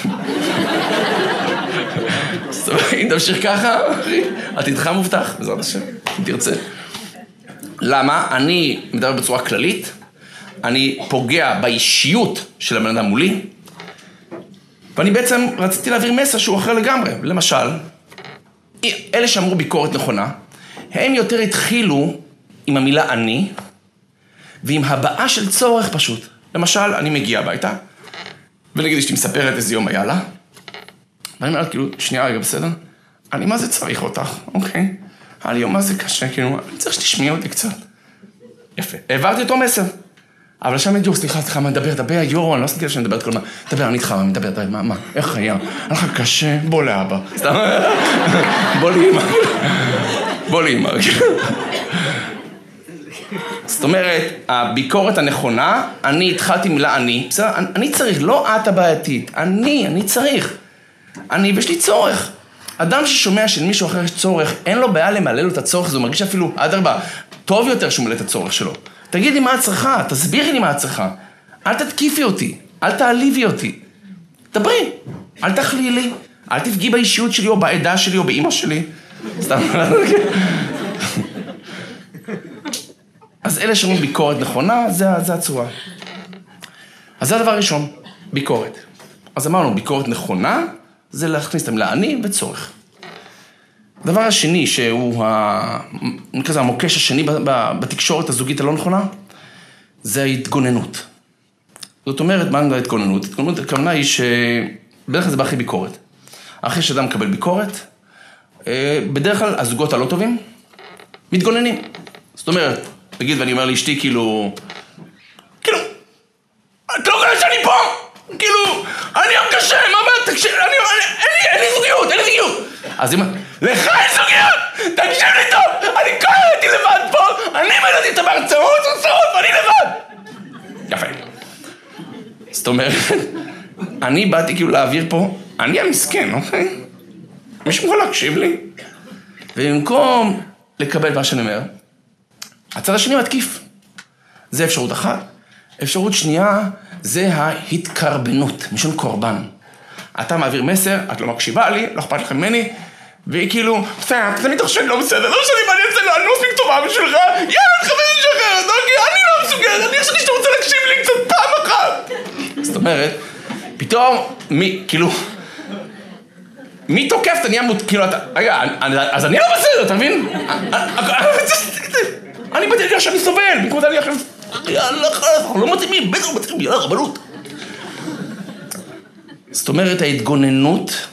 אם תמשיך ככה, אחי, עתידך מובטח, בעזרת השם, אם תרצה. למה? אני מדבר בצורה כללית, אני פוגע באישיות של הבן אדם מולי, ואני בעצם רציתי להעביר מסר שהוא אחר לגמרי. למשל, אלה שאמרו ביקורת נכונה, הם יותר התחילו עם המילה אני, ועם הבעה של צורך פשוט. למשל, אני מגיע הביתה, ונגיד אשתי מספרת איזה יום היה לה, ואני אומר, כאילו, שנייה רגע, בסדר? אני מה זה צריך אותך, אוקיי? על יום מה זה קשה, כאילו, אני צריך שתשמיע אותי קצת. יפה. העברתי אותו מסר. אבל שם ידעו, סליחה, סליחה, מה מדבר, דבר, יורו, אני לא עשיתי שאני מדברת כל מה. דבר, אני איתך, מה מדבר, דבר, מה, מה, איך היה? היה לך קשה, בוא לאבא. סתם, בוא לאמא. בוא לאמא. זאת אומרת, הביקורת הנכונה, אני התחלתי מילה אני, בסדר? אני צריך, לא את הבעייתית, אני, אני צריך. אני, ויש לי צורך. אדם ששומע של מישהו אחר יש צורך, אין לו בעיה למלא לו את הצורך, זה הוא מרגיש אפילו, עד הרבה, טוב יותר שהוא מלא את הצורך שלו. תגידי מה את צריכה, תסבירי לי מה את צריכה. אל תתקיפי אותי, אל תעליבי אותי. דברי, אל תחלי לי, אל תפגעי באישיות שלי או בעדה שלי או באמא שלי. סתם. אז אלה שאומרים ביקורת נכונה, זה, זה הצורה. אז זה הדבר הראשון, ביקורת. אז אמרנו, ביקורת נכונה, זה להכניס את המילה אני וצורך. הדבר השני, שהוא ה... כזה, המוקש השני בתקשורת הזוגית הלא נכונה, זה ההתגוננות. זאת אומרת, מה נדע התגוננות? התגוננות, הכוונה היא שבדרך כלל זה בהכי ביקורת. אחרי שאדם מקבל ביקורת, בדרך כלל הזוגות הלא טובים מתגוננים. זאת אומרת, תגיד, ואני אומר לאשתי, כאילו, כאילו, את לא גולת שאני פה! כאילו, אני יום קשה, מה מה, תקשיב, אני, אני, אין לי זוגיות, אין לי זוגיות. אז היא אומרת, לך אין זוגיות, תקשיב לי טוב, אני כל הייתי לבד פה, אני מלאתי את בהרצאות, הרצאות, ואני לבד. יפה. זאת אומרת, אני באתי כאילו להעביר פה, אני המסכן, אוקיי? מישהו יכול להקשיב לי? ובמקום לקבל מה שאני אומר, הצד השני מתקיף. זה אפשרות אחת. אפשרות שנייה, זה ההתקרבנות, משון קורבן. אתה מעביר מסר, את לא מקשיבה לי, לא אכפת לכם ממני, והיא כאילו, בסדר, אתה תמיד חושב לא בסדר, לא שאני מעניין את זה, אני לא מספיק טובה בשבילך, יאללה, תחבר שחררת, אוקיי, אני לא מסוגלת, אני חשבתי שאתה רוצה להקשיב לי קצת פעם אחת. זאת אומרת, פתאום, מי, כאילו, מי תוקף את הנהיה מות, כאילו, אתה, רגע, אז אני לא בסדר, אתה מבין? אני באתי עלייה שאני סובל, במקום עלייה שאני... יאללה, אנחנו לא מתאימים, בטח לא מתאימים, יאללה, רבנות. זאת אומרת, ההתגוננות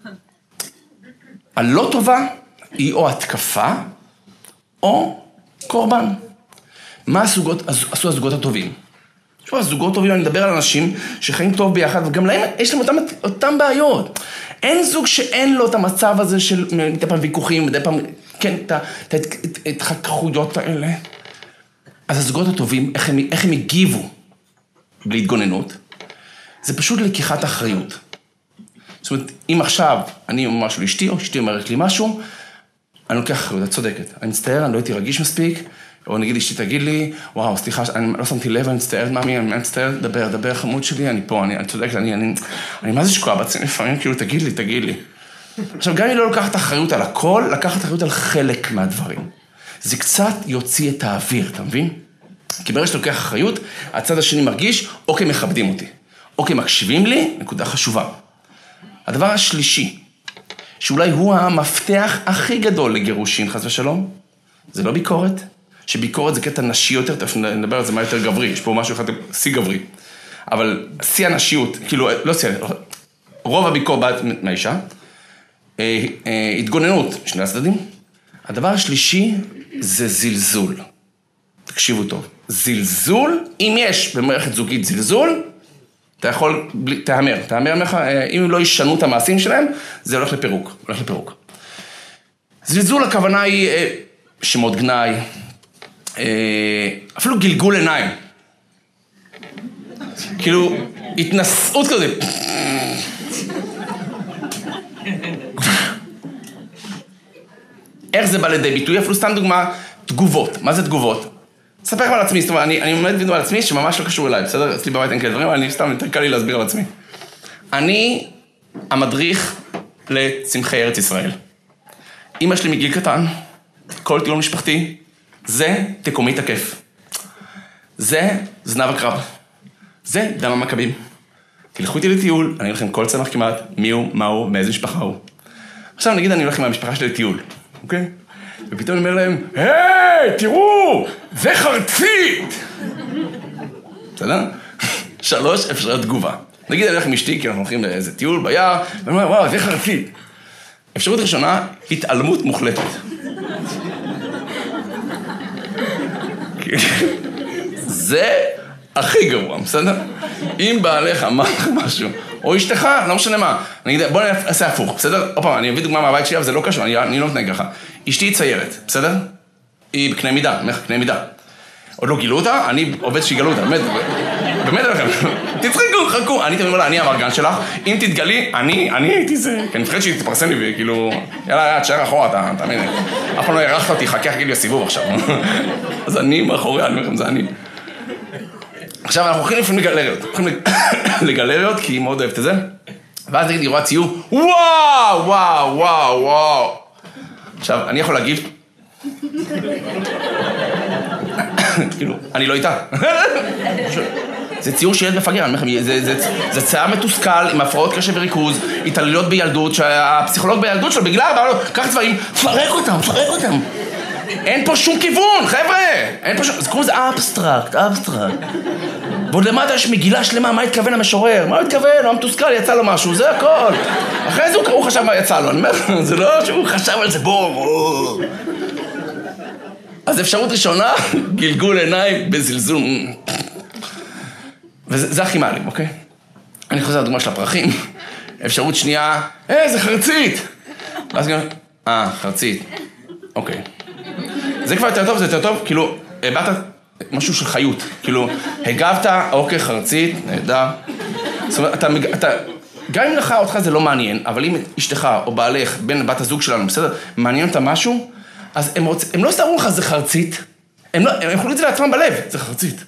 הלא טובה היא או התקפה או קורבן. מה הסוגות, עשו הזוגות הטובים? שוב, הזוגות טובים, אני מדבר על אנשים שחיים טוב ביחד, וגם להם יש להם אותם, אותם בעיות. אין זוג שאין לו את המצב הזה של מדי פעם ויכוחים, מדי פעם, כן, את ההתחככויות האלה. אז הזוגות הטובים, איך הם, איך הם הגיבו להתגוננות? זה פשוט לקיחת אחריות. זאת אומרת, אם עכשיו אני אומר משהו לאשתי, או אשתי אומרת לי משהו, אני לוקח אחריות, את צודקת. אני מצטער, אני לא הייתי רגיש מספיק, או נגיד אשתי תגיד לי, וואו, סליחה, אני לא שמתי לב, אני מצטער, מאמי, אני מצטער, דבר, דבר, חמוד שלי, אני פה, אני, אני צודקת, אני, אני, אני מה זה שקועה בעצמי לפעמים, כאילו, תגיד לי, תגיד לי. עכשיו, גם אם לא לקחת אחריות על הכל, לקחת אחריות על חלק מהדברים. זה קצת יוציא את האוויר, אתה מבין? כי ברגע שאתה לוקח אחריות, הצד השני מרגיש, אוקיי, מכבדים אותי. אוקיי, מקשיבים לי, נקודה חשובה. הדבר השלישי, שאולי הוא המפתח הכי גדול לגירושין, חס ושלום, זה לא ביקורת, שביקורת זה קטע נשי יותר, תכף נדבר על זה מה יותר גברי, יש פה משהו אחד, שיא גברי. אבל שיא הנשיות, כאילו, לא שיא, רוב הביקורת מהאישה, התגוננות, שני הצדדים. הדבר השלישי זה זלזול. תקשיבו טוב. זלזול, אם יש במערכת זוגית זלזול, אתה יכול, תאמר, תאמר לך, אם הם לא ישנו את המעשים שלהם, זה הולך לפירוק, הולך לפירוק. זלזול, הכוונה היא שמות גנאי, אפילו גלגול עיניים. כאילו, התנסות כזה. איך זה בא לידי ביטוי? אפילו סתם דוגמה, תגובות. מה זה תגובות? אספר לכם על עצמי, זאת אומרת, אני, אני עומד וידוע על עצמי שממש לא קשור אליי, בסדר? אצלי בבית אין כאלה דברים, אבל אני סתם יותר קל לי להסביר על עצמי. אני המדריך לצמחי ארץ ישראל. אמא שלי מגיל קטן, כל טיול משפחתי, זה תקומי תקף. זה זנב הקרב. זה דם המכבים. תלכו איתי לטיול, אני אגיד לכם כל צמח כמעט, מי הוא, מה הוא, מאיזה משפחה הוא. עכשיו נגיד אני הולך עם המשפחה שלי לטיול, אוקיי? ופתאום אני אומר להם, היי, תראו, זה חרצית! בסדר? שלוש אפשרויות תגובה. נגיד אני הולך עם אשתי, כי אנחנו הולכים לאיזה טיול ביער, ואני אומר, וואו, זה חרצית. אפשרות ראשונה, התעלמות מוחלטת. זה הכי גרוע, בסדר? אם בעליך אמר לך משהו, או אשתך, לא משנה מה. נגיד, בוא נעשה הפוך, בסדר? עוד פעם, אני אביא דוגמה מהבית שלי, אבל זה לא קשור, אני, אני לא נתנהג ככה. אשתי היא ציירת, בסדר? היא בקנה מידה, אני אומר לך, קנה מידה. עוד לא גילו אותה, אני עובד שיגלו אותה, באמת, באמת לכם. תצחקו, חכו, אני תמיד אומר לה, אני המרגן שלך, אם תתגלי, אני, אני הייתי זה. כי אני מפחד שהיא תפרסם לי, וכאילו, יאללה, תשאר אחורה, אתה, אתה מבין. אף פעם לא ירחת אותי, חכה, חכה לי הסיבוב עכשיו. אז אני מאחורי, אני אומר לכם, זה אני. עכשיו, אנחנו הולכים לפעמים לגלריות, הולכים לגלריות, כי היא מאוד אוהבת את זה, ואז נגיד, היא רואה ציור, וואו, וואו, וואו, וואו. עכשיו, אני יכול להגיב, כאילו, אני לא איתה. זה ציור שילד מפגר, אני אומר לכם, זה צער מתוסכל עם הפרעות קשב וריכוז, התעללות בילדות, שהפסיכולוג בילדות שלו, בגלל, אמר לו, קח דברים, פרק אותם, פרק אותם. אין פה שום כיוון, חבר'ה! אין פה שום... זה קוראים לזה אבסטרקט, אבסטרקט. ועוד למטה יש מגילה שלמה, מה התכוון המשורר? מה התכוון? הוא המתוסכל, יצא לו משהו, זה הכל. אחרי זה הוא חשב מה יצא לו, אני אומר, זה לא שהוא חשב על זה, בוא, בוא. אז אפשרות ראשונה, גלגול עיניים בזלזול. וזה הכי מעלים, אוקיי? אני חוזר לדוגמה של הפרחים. אפשרות שנייה, אה, זה חרצית! ואז גם, אה, חרצית. אוקיי. זה כבר יותר טוב, זה יותר טוב, כאילו, הבאת משהו של חיות, כאילו, הגבת, אוקיי, חרצית, נהדר. זאת אומרת, אתה, אתה, גם אם לך, אותך זה לא מעניין, אבל אם אשתך או בעלך, בין בת הזוג שלנו, בסדר, מעניין אותה משהו, אז הם, רוצ, הם לא סתרו לך, זה חרצית, הם, לא, הם יכולים את זה לעצמם בלב, זה חרצית.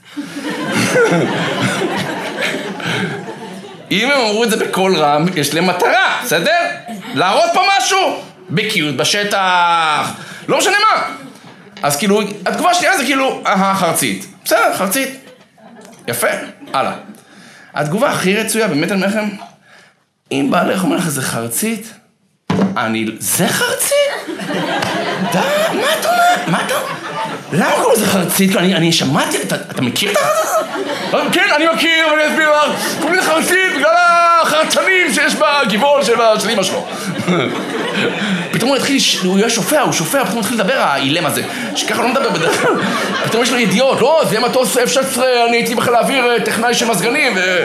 אם הם אמרו את זה בכל רם, יש להם מטרה, בסדר? להראות פה משהו, בקיאות, בשטח, לא משנה מה. אז כאילו, התגובה השנייה זה כאילו, אהה, חרצית. בסדר, חרצית. יפה, הלאה. התגובה הכי רצויה, באמת אני אומר לכם, אם בעלך אומר לך זה חרצית, אני, זה חרצית? די, מה אתה אומר? מה אתה... למה קוראים לזה חרצית? אני שמעתי, אתה מכיר את החרצית? כן, אני מכיר, ואני אסביר לך, קוראים לזה חרצית בגלל החרצנים שיש בגבעול של אמא שלו. פתאום הוא התחיל, הוא יהיה שופע, הוא שופע, פתאום הוא התחיל לדבר, האילם הזה, שככה לא מדבר בדרך כלל. פתאום יש לו ידיעות, לא, זה יהיה מטוס אף שש עשרה, אני הייתי בכלל להעביר טכנאי של מזגנים, ו...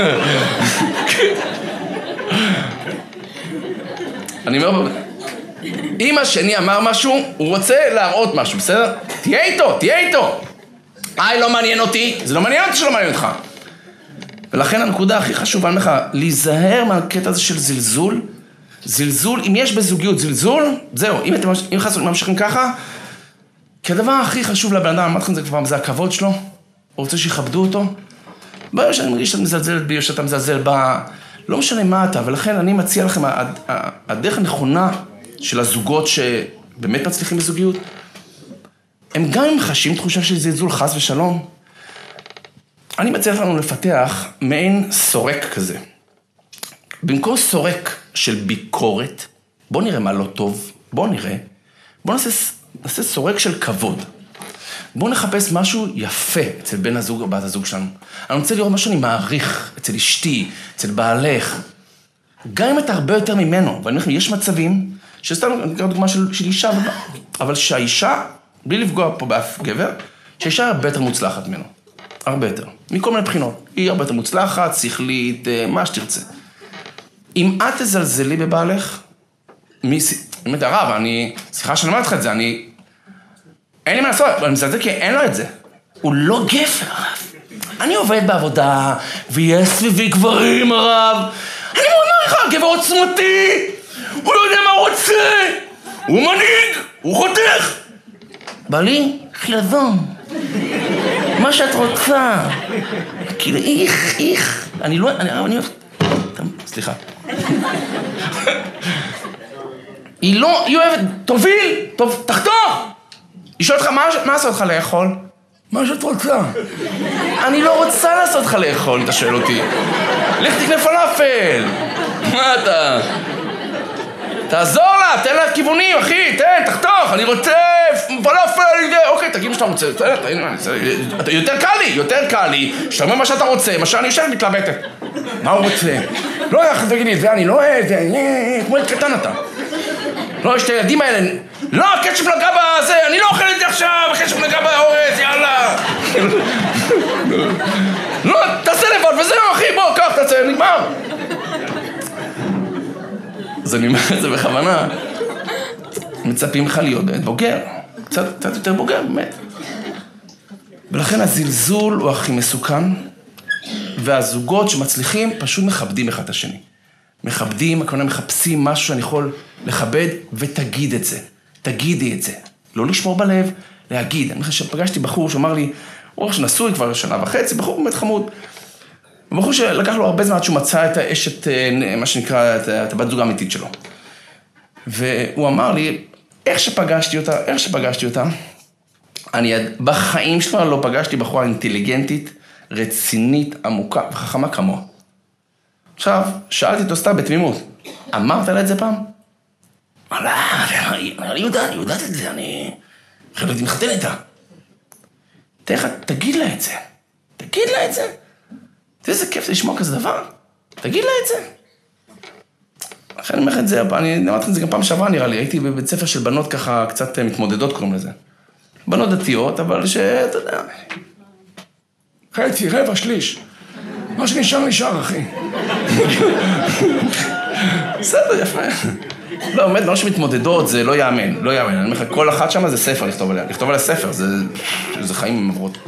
אני אומר, אם השני אמר משהו, הוא רוצה להראות משהו, בסדר? תהיה איתו, תהיה איתו. היי, לא מעניין אותי, זה לא מעניין אותי שלא מעניין אותך. ולכן הנקודה הכי חשובה לך, להיזהר מהקטע הזה של זלזול. זלזול, אם יש בזוגיות זלזול, זהו, אם אתם ממשיכים ככה, כי הדבר הכי חשוב לבן אדם, אמרתי לכם זה כבר, זה הכבוד שלו, הוא רוצה שיכבדו אותו. בואו שאני מרגיש שאתה מזלזלת בי, או שאתה מזלזל בה, לא משנה מה אתה, ולכן אני מציע לכם, הדרך הנכונה של הזוגות שבאמת מצליחים בזוגיות, הם גם אם חשים תחושה של זלזול חס ושלום, אני מציע לנו לפתח מעין סורק כזה. במקום סורק של ביקורת, בוא נראה מה לא טוב, בוא נראה, בוא נעשה, נעשה סורק של כבוד. בוא נחפש משהו יפה אצל בן הזוג או בת הזוג שלנו. אני רוצה לראות משהו אני מעריך אצל אשתי, אצל בעלך. גם אם אתה הרבה יותר ממנו, ואני אומר לכם, יש מצבים, שסתם, אני אקרא דוגמה של, של אישה, אבל שהאישה, בלי לפגוע פה באף גבר, שהאישה הרבה יותר מוצלחת ממנו. הרבה יותר. מכל מיני בחינות. היא הרבה יותר מוצלחת, שכלית, מה שתרצה. אם את תזלזלי בבעלך, מי... אני אומר, הרב, אני... סליחה שאני אומר לך את זה, אני... אין לי מה לעשות, אני מזלזל כי אין לו את זה. הוא לא גבר, הרב. אני עובד בעבודה, ויש סביבי גברים, הרב. אני מאוד מעריכה, גבר עוצמתי. הוא לא יודע מה הוא רוצה. הוא מנהיג, הוא חותך. בעלי, חילזון. מה שאת רוצה. כאילו, איך, איך. אני לא... אני... אני... סליחה. היא לא... היא אוהבת... תוביל! טוב, תחתוך! היא שואלת לך, מה, מה עושה אותך לאכול? מה שאת רוצה? אני לא רוצה לעשות לך לאכול, אם אתה שואל אותי. לך תקנה פלאפל. מה אתה? תעזור לה, תן לה כיוונים, אחי, תן, תחתוך, אני רוצה פלאפל, אוקיי, תגיד מה שאתה רוצה. יותר קל לי, יותר קל לי, שאתה אומר מה שאתה רוצה, מה שאני יושב מתלבטת. מה הוא רוצה? לא, תגיד לי, זה אני לא אוהב, כמו ילד קטן אתה. לא, יש את הילדים האלה, לא, קטשופ נגע בזה, אני לא אוכל את זה עכשיו, קטשופ נגע באורז, יאללה. לא, תעשה לבד, וזהו, אחי, בוא, קח, תעשה, נגמר. אז אני אומר את זה בכוונה, מצפים לך להיות באמת בוגר, קצת, קצת יותר בוגר, באמת. ולכן הזלזול הוא הכי מסוכן, והזוגות שמצליחים פשוט מכבדים אחד את השני. מכבדים, הכוונה מחפשים משהו שאני יכול לכבד, ותגיד את זה. תגידי את זה. לא לשמור בלב, להגיד. אני חושב שפגשתי בחור שאמר לי, הוא שנשוי כבר שנה וחצי, בחור באמת חמוד. בחור שלקח לו הרבה זמן עד שהוא מצא את האשת, מה שנקרא, את הבת זוג האמיתית שלו. והוא אמר לי, איך שפגשתי אותה, איך שפגשתי אותה, אני בחיים שלו לא פגשתי בחורה אינטליגנטית, רצינית, עמוקה וחכמה כמוה. עכשיו, שאלתי אותו סתם בתמימות, אמרת לה את זה פעם? לא, אני יודעת, אני יודעת את זה, אני חייבת להתחתן איתה. תגיד לה את זה, תגיד לה את זה. איזה כיף זה לשמוע כזה דבר, תגיד לה את זה. אחרי אני אומר לך את זה, אני אמרתי את זה גם פעם שעברה נראה לי, הייתי בבית ספר של בנות ככה קצת מתמודדות קוראים לזה. בנות דתיות, אבל שאתה יודע, חייתי, רבע, שליש. מה שנשאר, נשאר, אחי. בסדר, יפה. לא, באמת, בנות שמתמודדות זה לא יאמן, לא יאמן. אני אומר לך, כל אחת שם זה ספר לכתוב עליה. לכתוב עליה ספר, זה, זה חיים ממברות.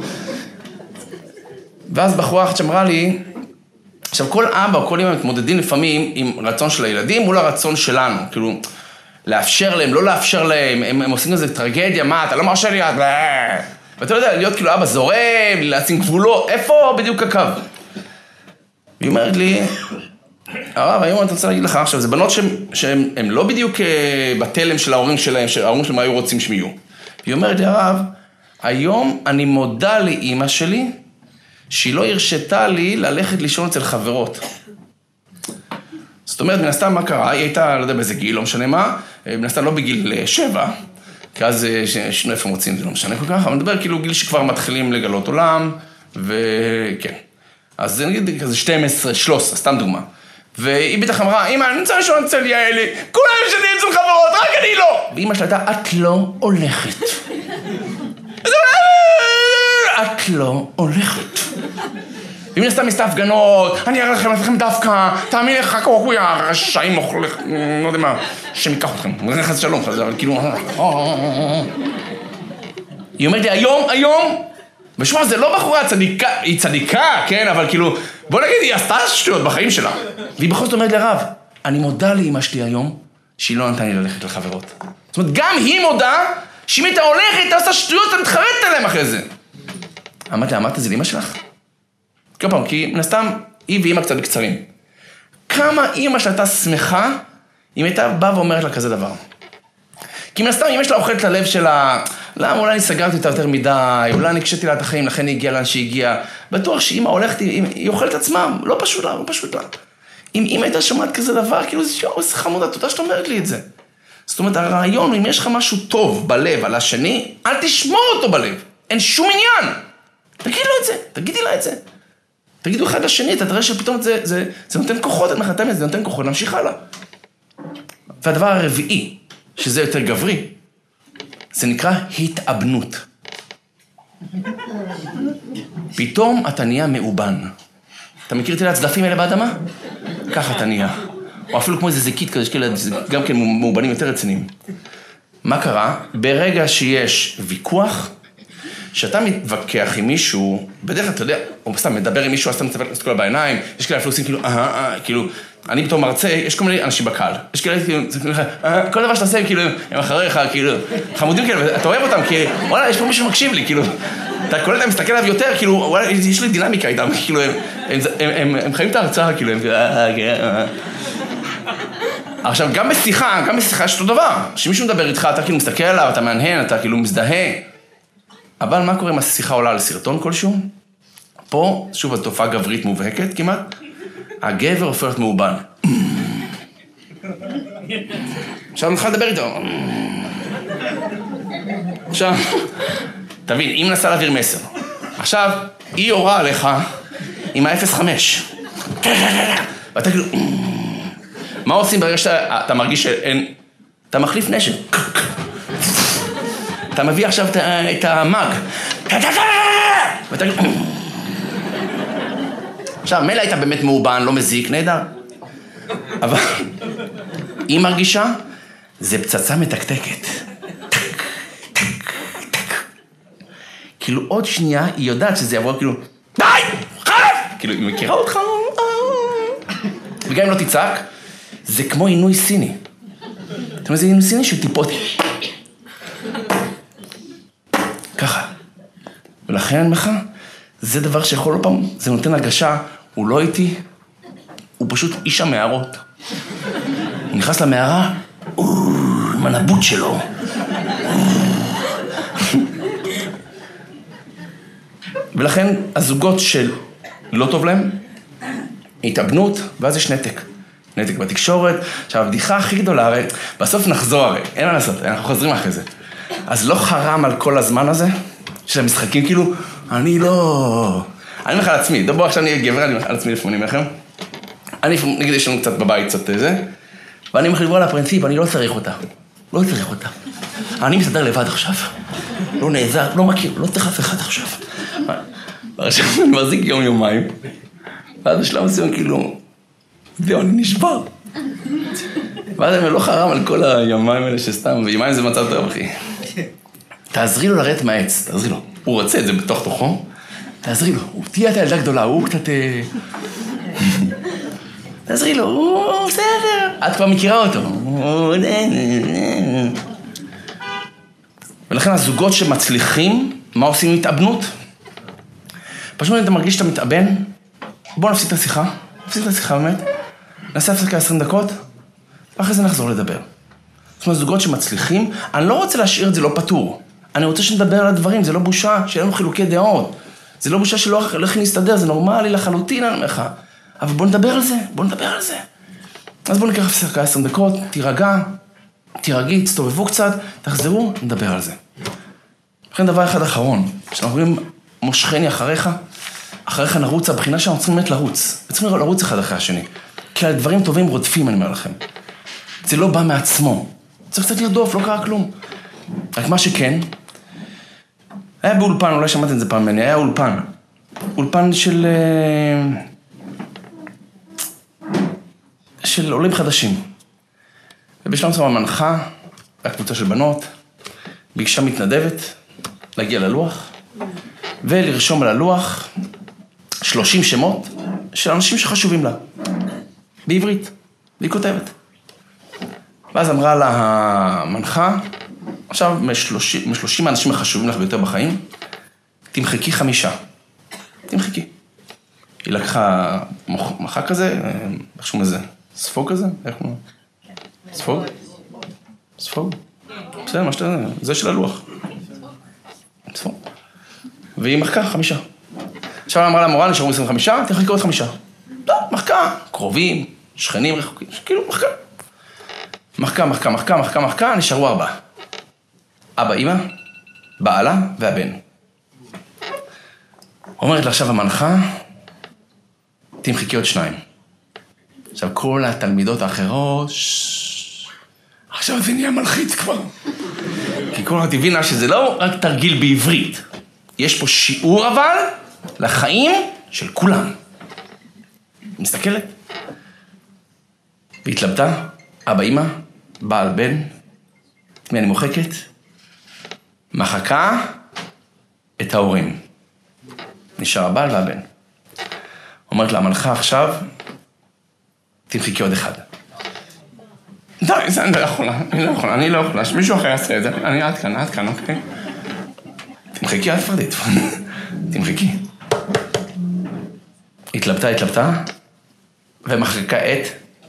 ואז בחורה אחת שאמרה לי, עכשיו כל אבא או כל אמא מתמודדים לפעמים עם רצון של הילדים מול הרצון שלנו, כאילו, לאפשר להם, לא לאפשר להם, הם, הם עושים איזה טרגדיה, מה, אתה לא מרשה לי, את... ואתה לא יודע, להיות כאילו אבא זורם, להצין גבולות, איפה בדיוק הקו? היא אומרת לי, הרב, היום אני רוצה להגיד לך, עכשיו, זה בנות שהן לא בדיוק בתלם של ההורים שלהם, שההורים שלהם היו רוצים שהם יהיו. היא אומרת לי, הרב, היום אני מודה לאמא שלי, שהיא לא הרשתה לי ללכת לישון אצל חברות. זאת זאת אומרת, מן הסתם מה קרה? היא הייתה, לא יודע באיזה גיל, לא משנה מה, מן הסתם לא בגיל שבע, כי אז שנו איפה מוצאים, זה לא משנה כל כך, אבל נדבר כאילו גיל שכבר מתחילים לגלות עולם, וכן. אז זה נגיד כזה שתים עשרה, שלוש עשרה, סתם דוגמה. והיא בטח אמרה, אמא, אני רוצה לשאול אצל יעלי, כולם שלי אצל חברות, רק אני לא! ואמא שלה הייתה, את לא הולכת. את לא הולכת. ואם נסתם מסתה הפגנות, אני אראה לכם, אתכם דווקא, תאמין לך, כוחו יא רשעים אוכל, לא יודע מה, שמיקח אתכם, חס שלום, חס אבל כאילו... היא אומרת לי, היום, היום, ושמע, זה לא בחורה צדיקה, היא צדיקה, כן, אבל כאילו, בוא נגיד, היא עשתה שטויות בחיים שלה. והיא בכל זאת אומרת לרב, אני מודה לאמא שלי היום, שהיא לא נתנה לי ללכת לחברות. זאת אומרת, גם היא מודה, שאם אתה הולכת, אתה עושה שטויות, אתה מתחרטת עליהם אחרי זה. אמרת לה, אמרת את זה לאמא שלך? כל פעם, כי נסתם, היא ואמא קצת בקצרים. כמה אמא שלה הייתה שמחה, אם הייתה באה ואומרת לה כזה דבר. כי נסתם, אמא שלה אוכלת ללב שלה, למה, אולי אני סגרתי אותה יותר מדי, אולי אני הקשיתי לה את החיים, לכן היא הגיעה לאן שהיא הגיעה. בטוח שאמא הולכת, היא אוכלת עצמה, לא פשוט לה, לא פשוט לה. אם אמא הייתה שומעת כזה דבר, כאילו, יואו, זה חמודה, תודה שאת אומרת לי את זה. זאת אומרת, הרעיון, אם יש לך משהו טוב בלב על השני, אל תשמור אותו בלב. אין שום עניין. תגיד לו את זה, תגידי לה את זה. תגידו אחד לשני, אתה תראה שפתאום זה, זה, זה נותן כוחות, את מחתם, זה נותן כוחות, נמשיך הלאה. והדבר הרביעי, שזה יותר גברי, זה נקרא התאבנות. פתאום אתה נהיה מאובן. אתה מכיר את הצדפים האלה באדמה? ככה אתה נהיה. או אפילו כמו איזה זיקית כזה, גם כן מאובנים יותר רציניים. מה קרה? ברגע שיש ויכוח, שאתה מתווכח עם מישהו, בדרך כלל אתה יודע, או סתם מדבר עם מישהו, אז אתה מסתכל בעיניים, יש כאלה אפילו עושים כאילו, אה, אה, כאילו, אני בתור מרצה, יש כל מיני אנשים בקהל, יש כאלה כאילו, כל דבר שאתה עושה, כאילו, הם אחריך, כאילו, חמודים כאלה, אתה אוהב אותם, כי, וואלה, יש פה מישהו שמקשיב לי, כאילו, אתה קולט, אתה מסתכל עליו יותר, כאילו, וואלה, יש לי דינמיקה איתם, כאילו, הם חיים את ההרצאה, כאילו, הם כאילו, אה, אה, עכשיו, גם בשיחה, גם בשיחה יש אותו דבר, שמישהו מדבר איתך, אתה כאילו מסתכל עליו, אתה מעניין, אתה כאילו מזדהה. אבל מה קורה אם השיחה עולה על סרטון כלשהו? פה, שוב, זו תופעה גברית מובהקת כמעט, הגבר הופך להיות מאובן. עכשיו אני מתחיל לדבר איתו. עכשיו, תבין, היא מנסה להעביר מסר. עכשיו, היא הורה עליך עם ה-אפס חמש. ואתה כאילו... מה עושים ברגע שאתה מרגיש שאין... אתה מחליף נשק. אתה מביא עכשיו את המאג. ואתה... עכשיו, מילא היית באמת מאובן, לא מזיק, נהדר. אבל היא מרגישה, זה פצצה מתקתקת. טק, טק, טק. כאילו עוד שנייה, היא יודעת שזה יעבור כאילו, די! חלף! כאילו, היא מכירה אותך? וגם אם לא תצעק, זה כמו עינוי סיני. אתה יודע, זה עינוי סיני של טיפות. ככה. ולכן אני לך, זה דבר שיכול לא פעם, זה נותן הרגשה, הוא לא איתי, הוא פשוט איש המערות. הוא נכנס למערה, עם הנבוט שלו. ולכן הזוגות של לא טוב להם, התאבנות, ואז יש נתק. נתק בתקשורת. עכשיו, הבדיחה הכי גדולה, הרי, בסוף נחזור הרי, אין מה לעשות, אנחנו חוזרים אחרי זה. אז לא חרם על כל הזמן הזה, של המשחקים כאילו, אני לא... אני אומר לך על עצמי, בוא עכשיו אני גבר, אני אומר על עצמי לפעמים לכם. אני, נגיד, יש לנו קצת בבית קצת זה, ואני אומר לבוא על הפרינציפ, אני לא צריך אותה. לא צריך אותה. אני מסתדר לבד עכשיו. לא נעזר, לא מכיר, לא צריך אף אחד עכשיו. עכשיו אני מחזיק יום יומיים, ואז בשלב מסוים כאילו, זהו, אני נשבר. ואז אני לא חרם על כל היומיים האלה שסתם, ויומיים זה מצב טוב, אחי. תעזרי לו לרדת מהעץ, תעזרי לו. הוא רוצה את זה בתוך תוכו, תעזרי לו. הוא תהיה את הילדה גדולה, הוא קצת... תעזרי לו, הוא בסדר. את כבר מכירה אותו. ולכן הזוגות שמצליחים, מה עושים עם התאבנות? פשוט אם אתה מרגיש שאתה מתאבן, בוא נפסיק את השיחה. נפסיק את השיחה באמת. נעשה הפסקה עשרים דקות, ואחרי זה נחזור לדבר. זאת אומרת, זוגות שמצליחים, אני לא רוצה להשאיר את זה לא פתור. אני רוצה שנדבר על הדברים, זה לא בושה, שיהיה לנו חילוקי דעות. זה לא בושה שלא הולך להסתדר, זה נורמלי לחלוטין, אני אומר לך. אבל בוא נדבר על זה, בוא נדבר על זה. אז בואו ניקח הפסקה עשר דקות, תירגע, תירגעי, תסתובבו קצת, תחזרו, נדבר על זה. לכן דבר אחד אחרון, כשאנחנו אומרים מושכני אחריך, אחריך נרוץ, הבחינה שאנחנו צריכים באמת לרוץ. צריכים לרוץ אחד אחרי השני. כי הדברים טובים רודפים, אני אומר לכם. זה לא בא מעצמו. צריך קצת לרדוף, לא קרה כלום. רק מה שכן, היה באולפן, אולי שמעתם את זה פעם ממני, היה אולפן. אולפן של... של עולים חדשים. ובשלום צורה מנחה, הקבוצה של בנות, ביקשה מתנדבת, להגיע ללוח, ולרשום על הלוח שלושים שמות של אנשים שחשובים לה, בעברית, והיא כותבת. ואז אמרה לה המנחה, עכשיו משלושים האנשים החשובים לך ביותר בחיים, תמחקי חמישה. תמחקי. היא לקחה מחק כזה, איך שום לזה? ספוג כזה? איך הוא? ספוג? ספוג? בסדר, מה שאתה יודע, זה של הלוח. ספוג. והיא מחקה חמישה. עכשיו אמרה למורה, נשארו עשרים וחמישה, תמחקי עוד חמישה. לא, מחקה. קרובים, שכנים רחוקים, כאילו מחקה. מחקה, מחקה, מחקה, מחקה, מחקה, נשארו ארבע. אבא, אמא, בעלה והבן. אומרת לה עכשיו המנחה, תמחקי עוד שניים. עכשיו כל התלמידות האחרות, עכשיו זה נהיה מלחיץ כבר. כי כל אחת הבינה שזה לא רק תרגיל בעברית. יש פה שיעור אבל לחיים של כולם. מסתכלת? והתלבטה, אבא, אמא, בעל, בן, את מי אני מוחקת? מחקה את ההורים. נשאר הבעל והבן. אומרת לה, המלכה עכשיו, תמחקי עוד אחד. די, זה אני לא יכולה, אני לא יכולה, אני לא יכולה, שמישהו אחר יעשה את זה, אני עד כאן, עד כאן, אוקיי? תמחקי, אל תפרדית, תמחקי. התלבטה, התלבטה, ומחקה את...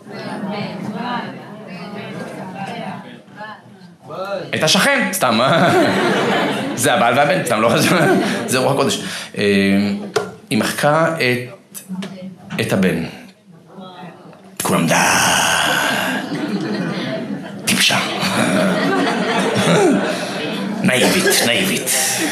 את השכן, סתם, זה הבעל והבן, סתם, לא חשוב, זה רוח הקודש. היא מחקה את, את הבן. כולם דה. טיפשה. נאיבית, נאיבית.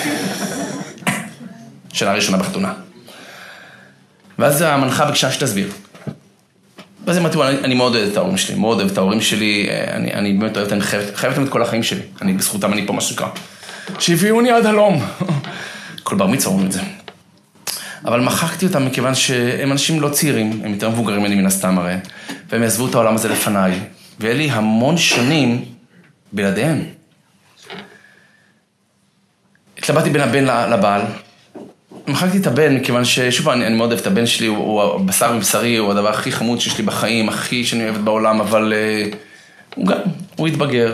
שנה ראשונה בחתונה. ואז המנחה ביקשה שתסביר. ואז אמרתי, אני, אני מאוד אוהב את ההורים שלי, מאוד אוהב את ההורים שלי, אני, אני באמת אוהב, אני חייבת, חייבת להם את כל החיים שלי. אני בזכותם, אני פה מה שנקרא. שהביאוני עד הלום. כל בר מצווה אומרים את זה. אבל מחקתי אותם מכיוון שהם אנשים לא צעירים, הם יותר מבוגרים ממני מן הסתם הרי, והם יעזבו את העולם הזה לפניי, והיה לי המון שנים בלעדיהם. התלבטתי בין הבן לבעל, מחקתי את הבן מכיוון ששוב אני, אני מאוד אוהב את הבן שלי, הוא, הוא הבשר מבשרי, הוא הדבר הכי חמוד שיש לי בחיים, הכי שאני אוהבת בעולם, אבל uh, הוא גם, הוא התבגר.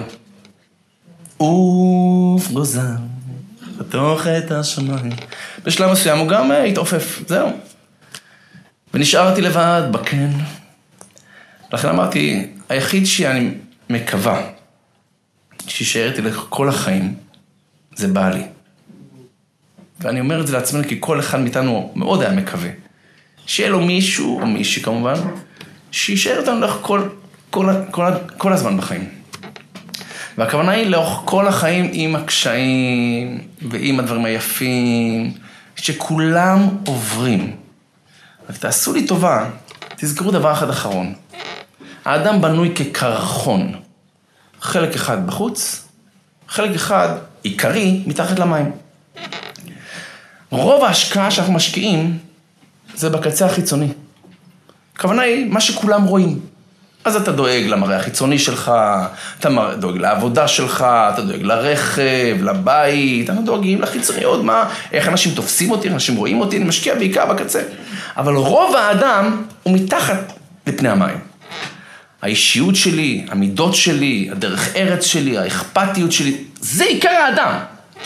אוף גוזר, חתוך את השמיים. בשלב מסוים הוא גם uh, התעופף, זהו. ונשארתי לבד בקן. לכן אמרתי, היחיד שאני מקווה, שישארתי לכל החיים, זה בעלי. ואני אומר את זה לעצמנו, כי כל אחד מאיתנו מאוד היה מקווה. שיהיה לו מישהו, או מישהי כמובן, שישאר אותנו לאורך כל, כל, כל, כל הזמן בחיים. והכוונה היא לאורך כל החיים עם הקשיים, ועם הדברים היפים, שכולם עוברים. רק תעשו לי טובה, תזכרו דבר אחד אחרון. האדם בנוי כקרחון. חלק אחד בחוץ, חלק אחד עיקרי מתחת למים. רוב ההשקעה שאנחנו משקיעים זה בקצה החיצוני. הכוונה היא מה שכולם רואים. אז אתה דואג למראה החיצוני שלך, אתה דואג לעבודה שלך, אתה דואג לרכב, לבית, אנחנו דואגים לחיצוני עוד מה, איך אנשים תופסים אותי, אנשים רואים אותי, אני משקיע בעיקר בקצה. אבל רוב האדם הוא מתחת לפני המים. האישיות שלי, המידות שלי, הדרך ארץ שלי, האכפתיות שלי, זה עיקר האדם.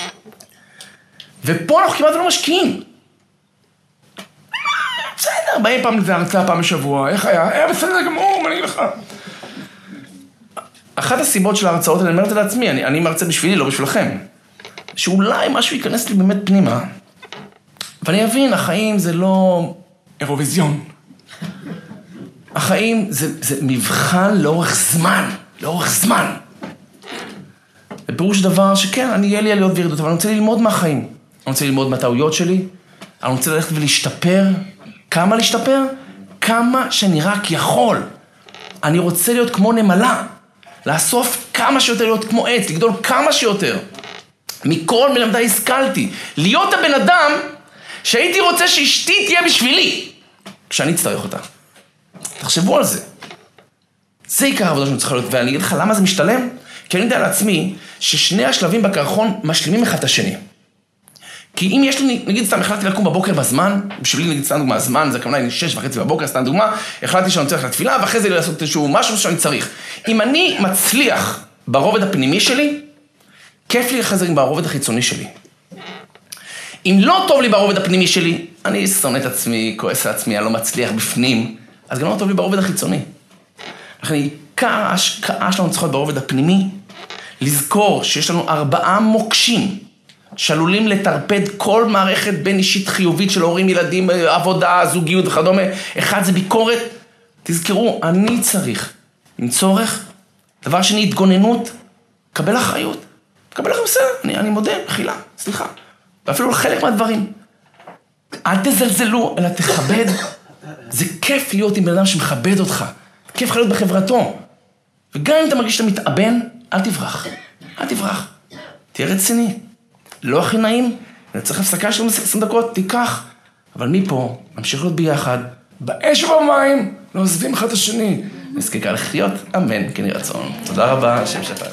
ופה אנחנו כמעט לא משקיעים. בסדר, באים פעם לזה הרצאה פעם בשבוע, איך היה? היה בסדר גמור, מה אני אגיד לך? אחת הסיבות של ההרצאות, אני אומר את זה לעצמי, אני, אני מרצה בשבילי, לא בשבילכם. שאולי משהו ייכנס לי באמת פנימה, ואני אבין, החיים זה לא אירוויזיון. החיים זה, זה מבחן לאורך זמן, לאורך זמן. בפירוש דבר שכן, אני יהיה לי עליות וירידות, אבל אני רוצה ללמוד מהחיים. אני רוצה ללמוד מהטעויות שלי, אני רוצה ללכת ולהשתפר. כמה להשתפר? כמה שאני רק יכול. אני רוצה להיות כמו נמלה, לאסוף כמה שיותר, להיות כמו עץ, לגדול כמה שיותר. מכל מלמדי השכלתי, להיות הבן אדם שהייתי רוצה שאשתי תהיה בשבילי, כשאני אצטרך אותה. תחשבו על זה. זה עיקר העבודה שאני צריכה להיות, ואני אגיד לך למה זה משתלם? כי אני יודע לעצמי ששני השלבים בקרחון משלימים אחד את השני. כי אם יש לי, נגיד סתם, החלטתי לקום בבוקר בזמן, בשבילי נגיד סתם דוגמה, הזמן, זה כמובן שש וחצי בבוקר, סתם דוגמה, החלטתי שאני צריך לתפילה, ואחרי זה לעשות איזשהו משהו שאני צריך. אם אני מצליח ברובד הפנימי שלי, כיף לי אחרי זה ברובד החיצוני שלי. אם לא טוב לי ברובד הפנימי שלי, אני שונא את עצמי, כועס על עצמי, אני לא מצליח בפנים, אז גם לא טוב לי ברובד החיצוני. לכן עיקר ההשקעה שלנו צריכה להיות ברובד הפנימי, לזכור שיש לנו ארבעה מוקשים, שעלולים לטרפד כל מערכת בין אישית חיובית של הורים, ילדים, עבודה, זוגיות וכדומה. אחד זה ביקורת. תזכרו, אני צריך, עם צורך. דבר שני, התגוננות, קבל אחריות. קבל אחריות, בסדר, אני, אני מודה, מחילה, סליחה. ואפילו חלק מהדברים. אל תזלזלו, אלא תכבד. זה כיף להיות עם בן אדם שמכבד אותך. כיף להיות בחברתו. וגם אם אתה מרגיש שאתה מתאבן, אל תברח. אל תברח. תהיה רציני. לא הכי נעים, אני צריך הפסקה של עשרים דקות, תיקח. אבל מפה, נמשיך להיות ביחד, באש ובמים, לא עוזבים אחד את השני. נזכה לחיות, אמן, כן יהיה רצון. תודה רבה, השם שפט.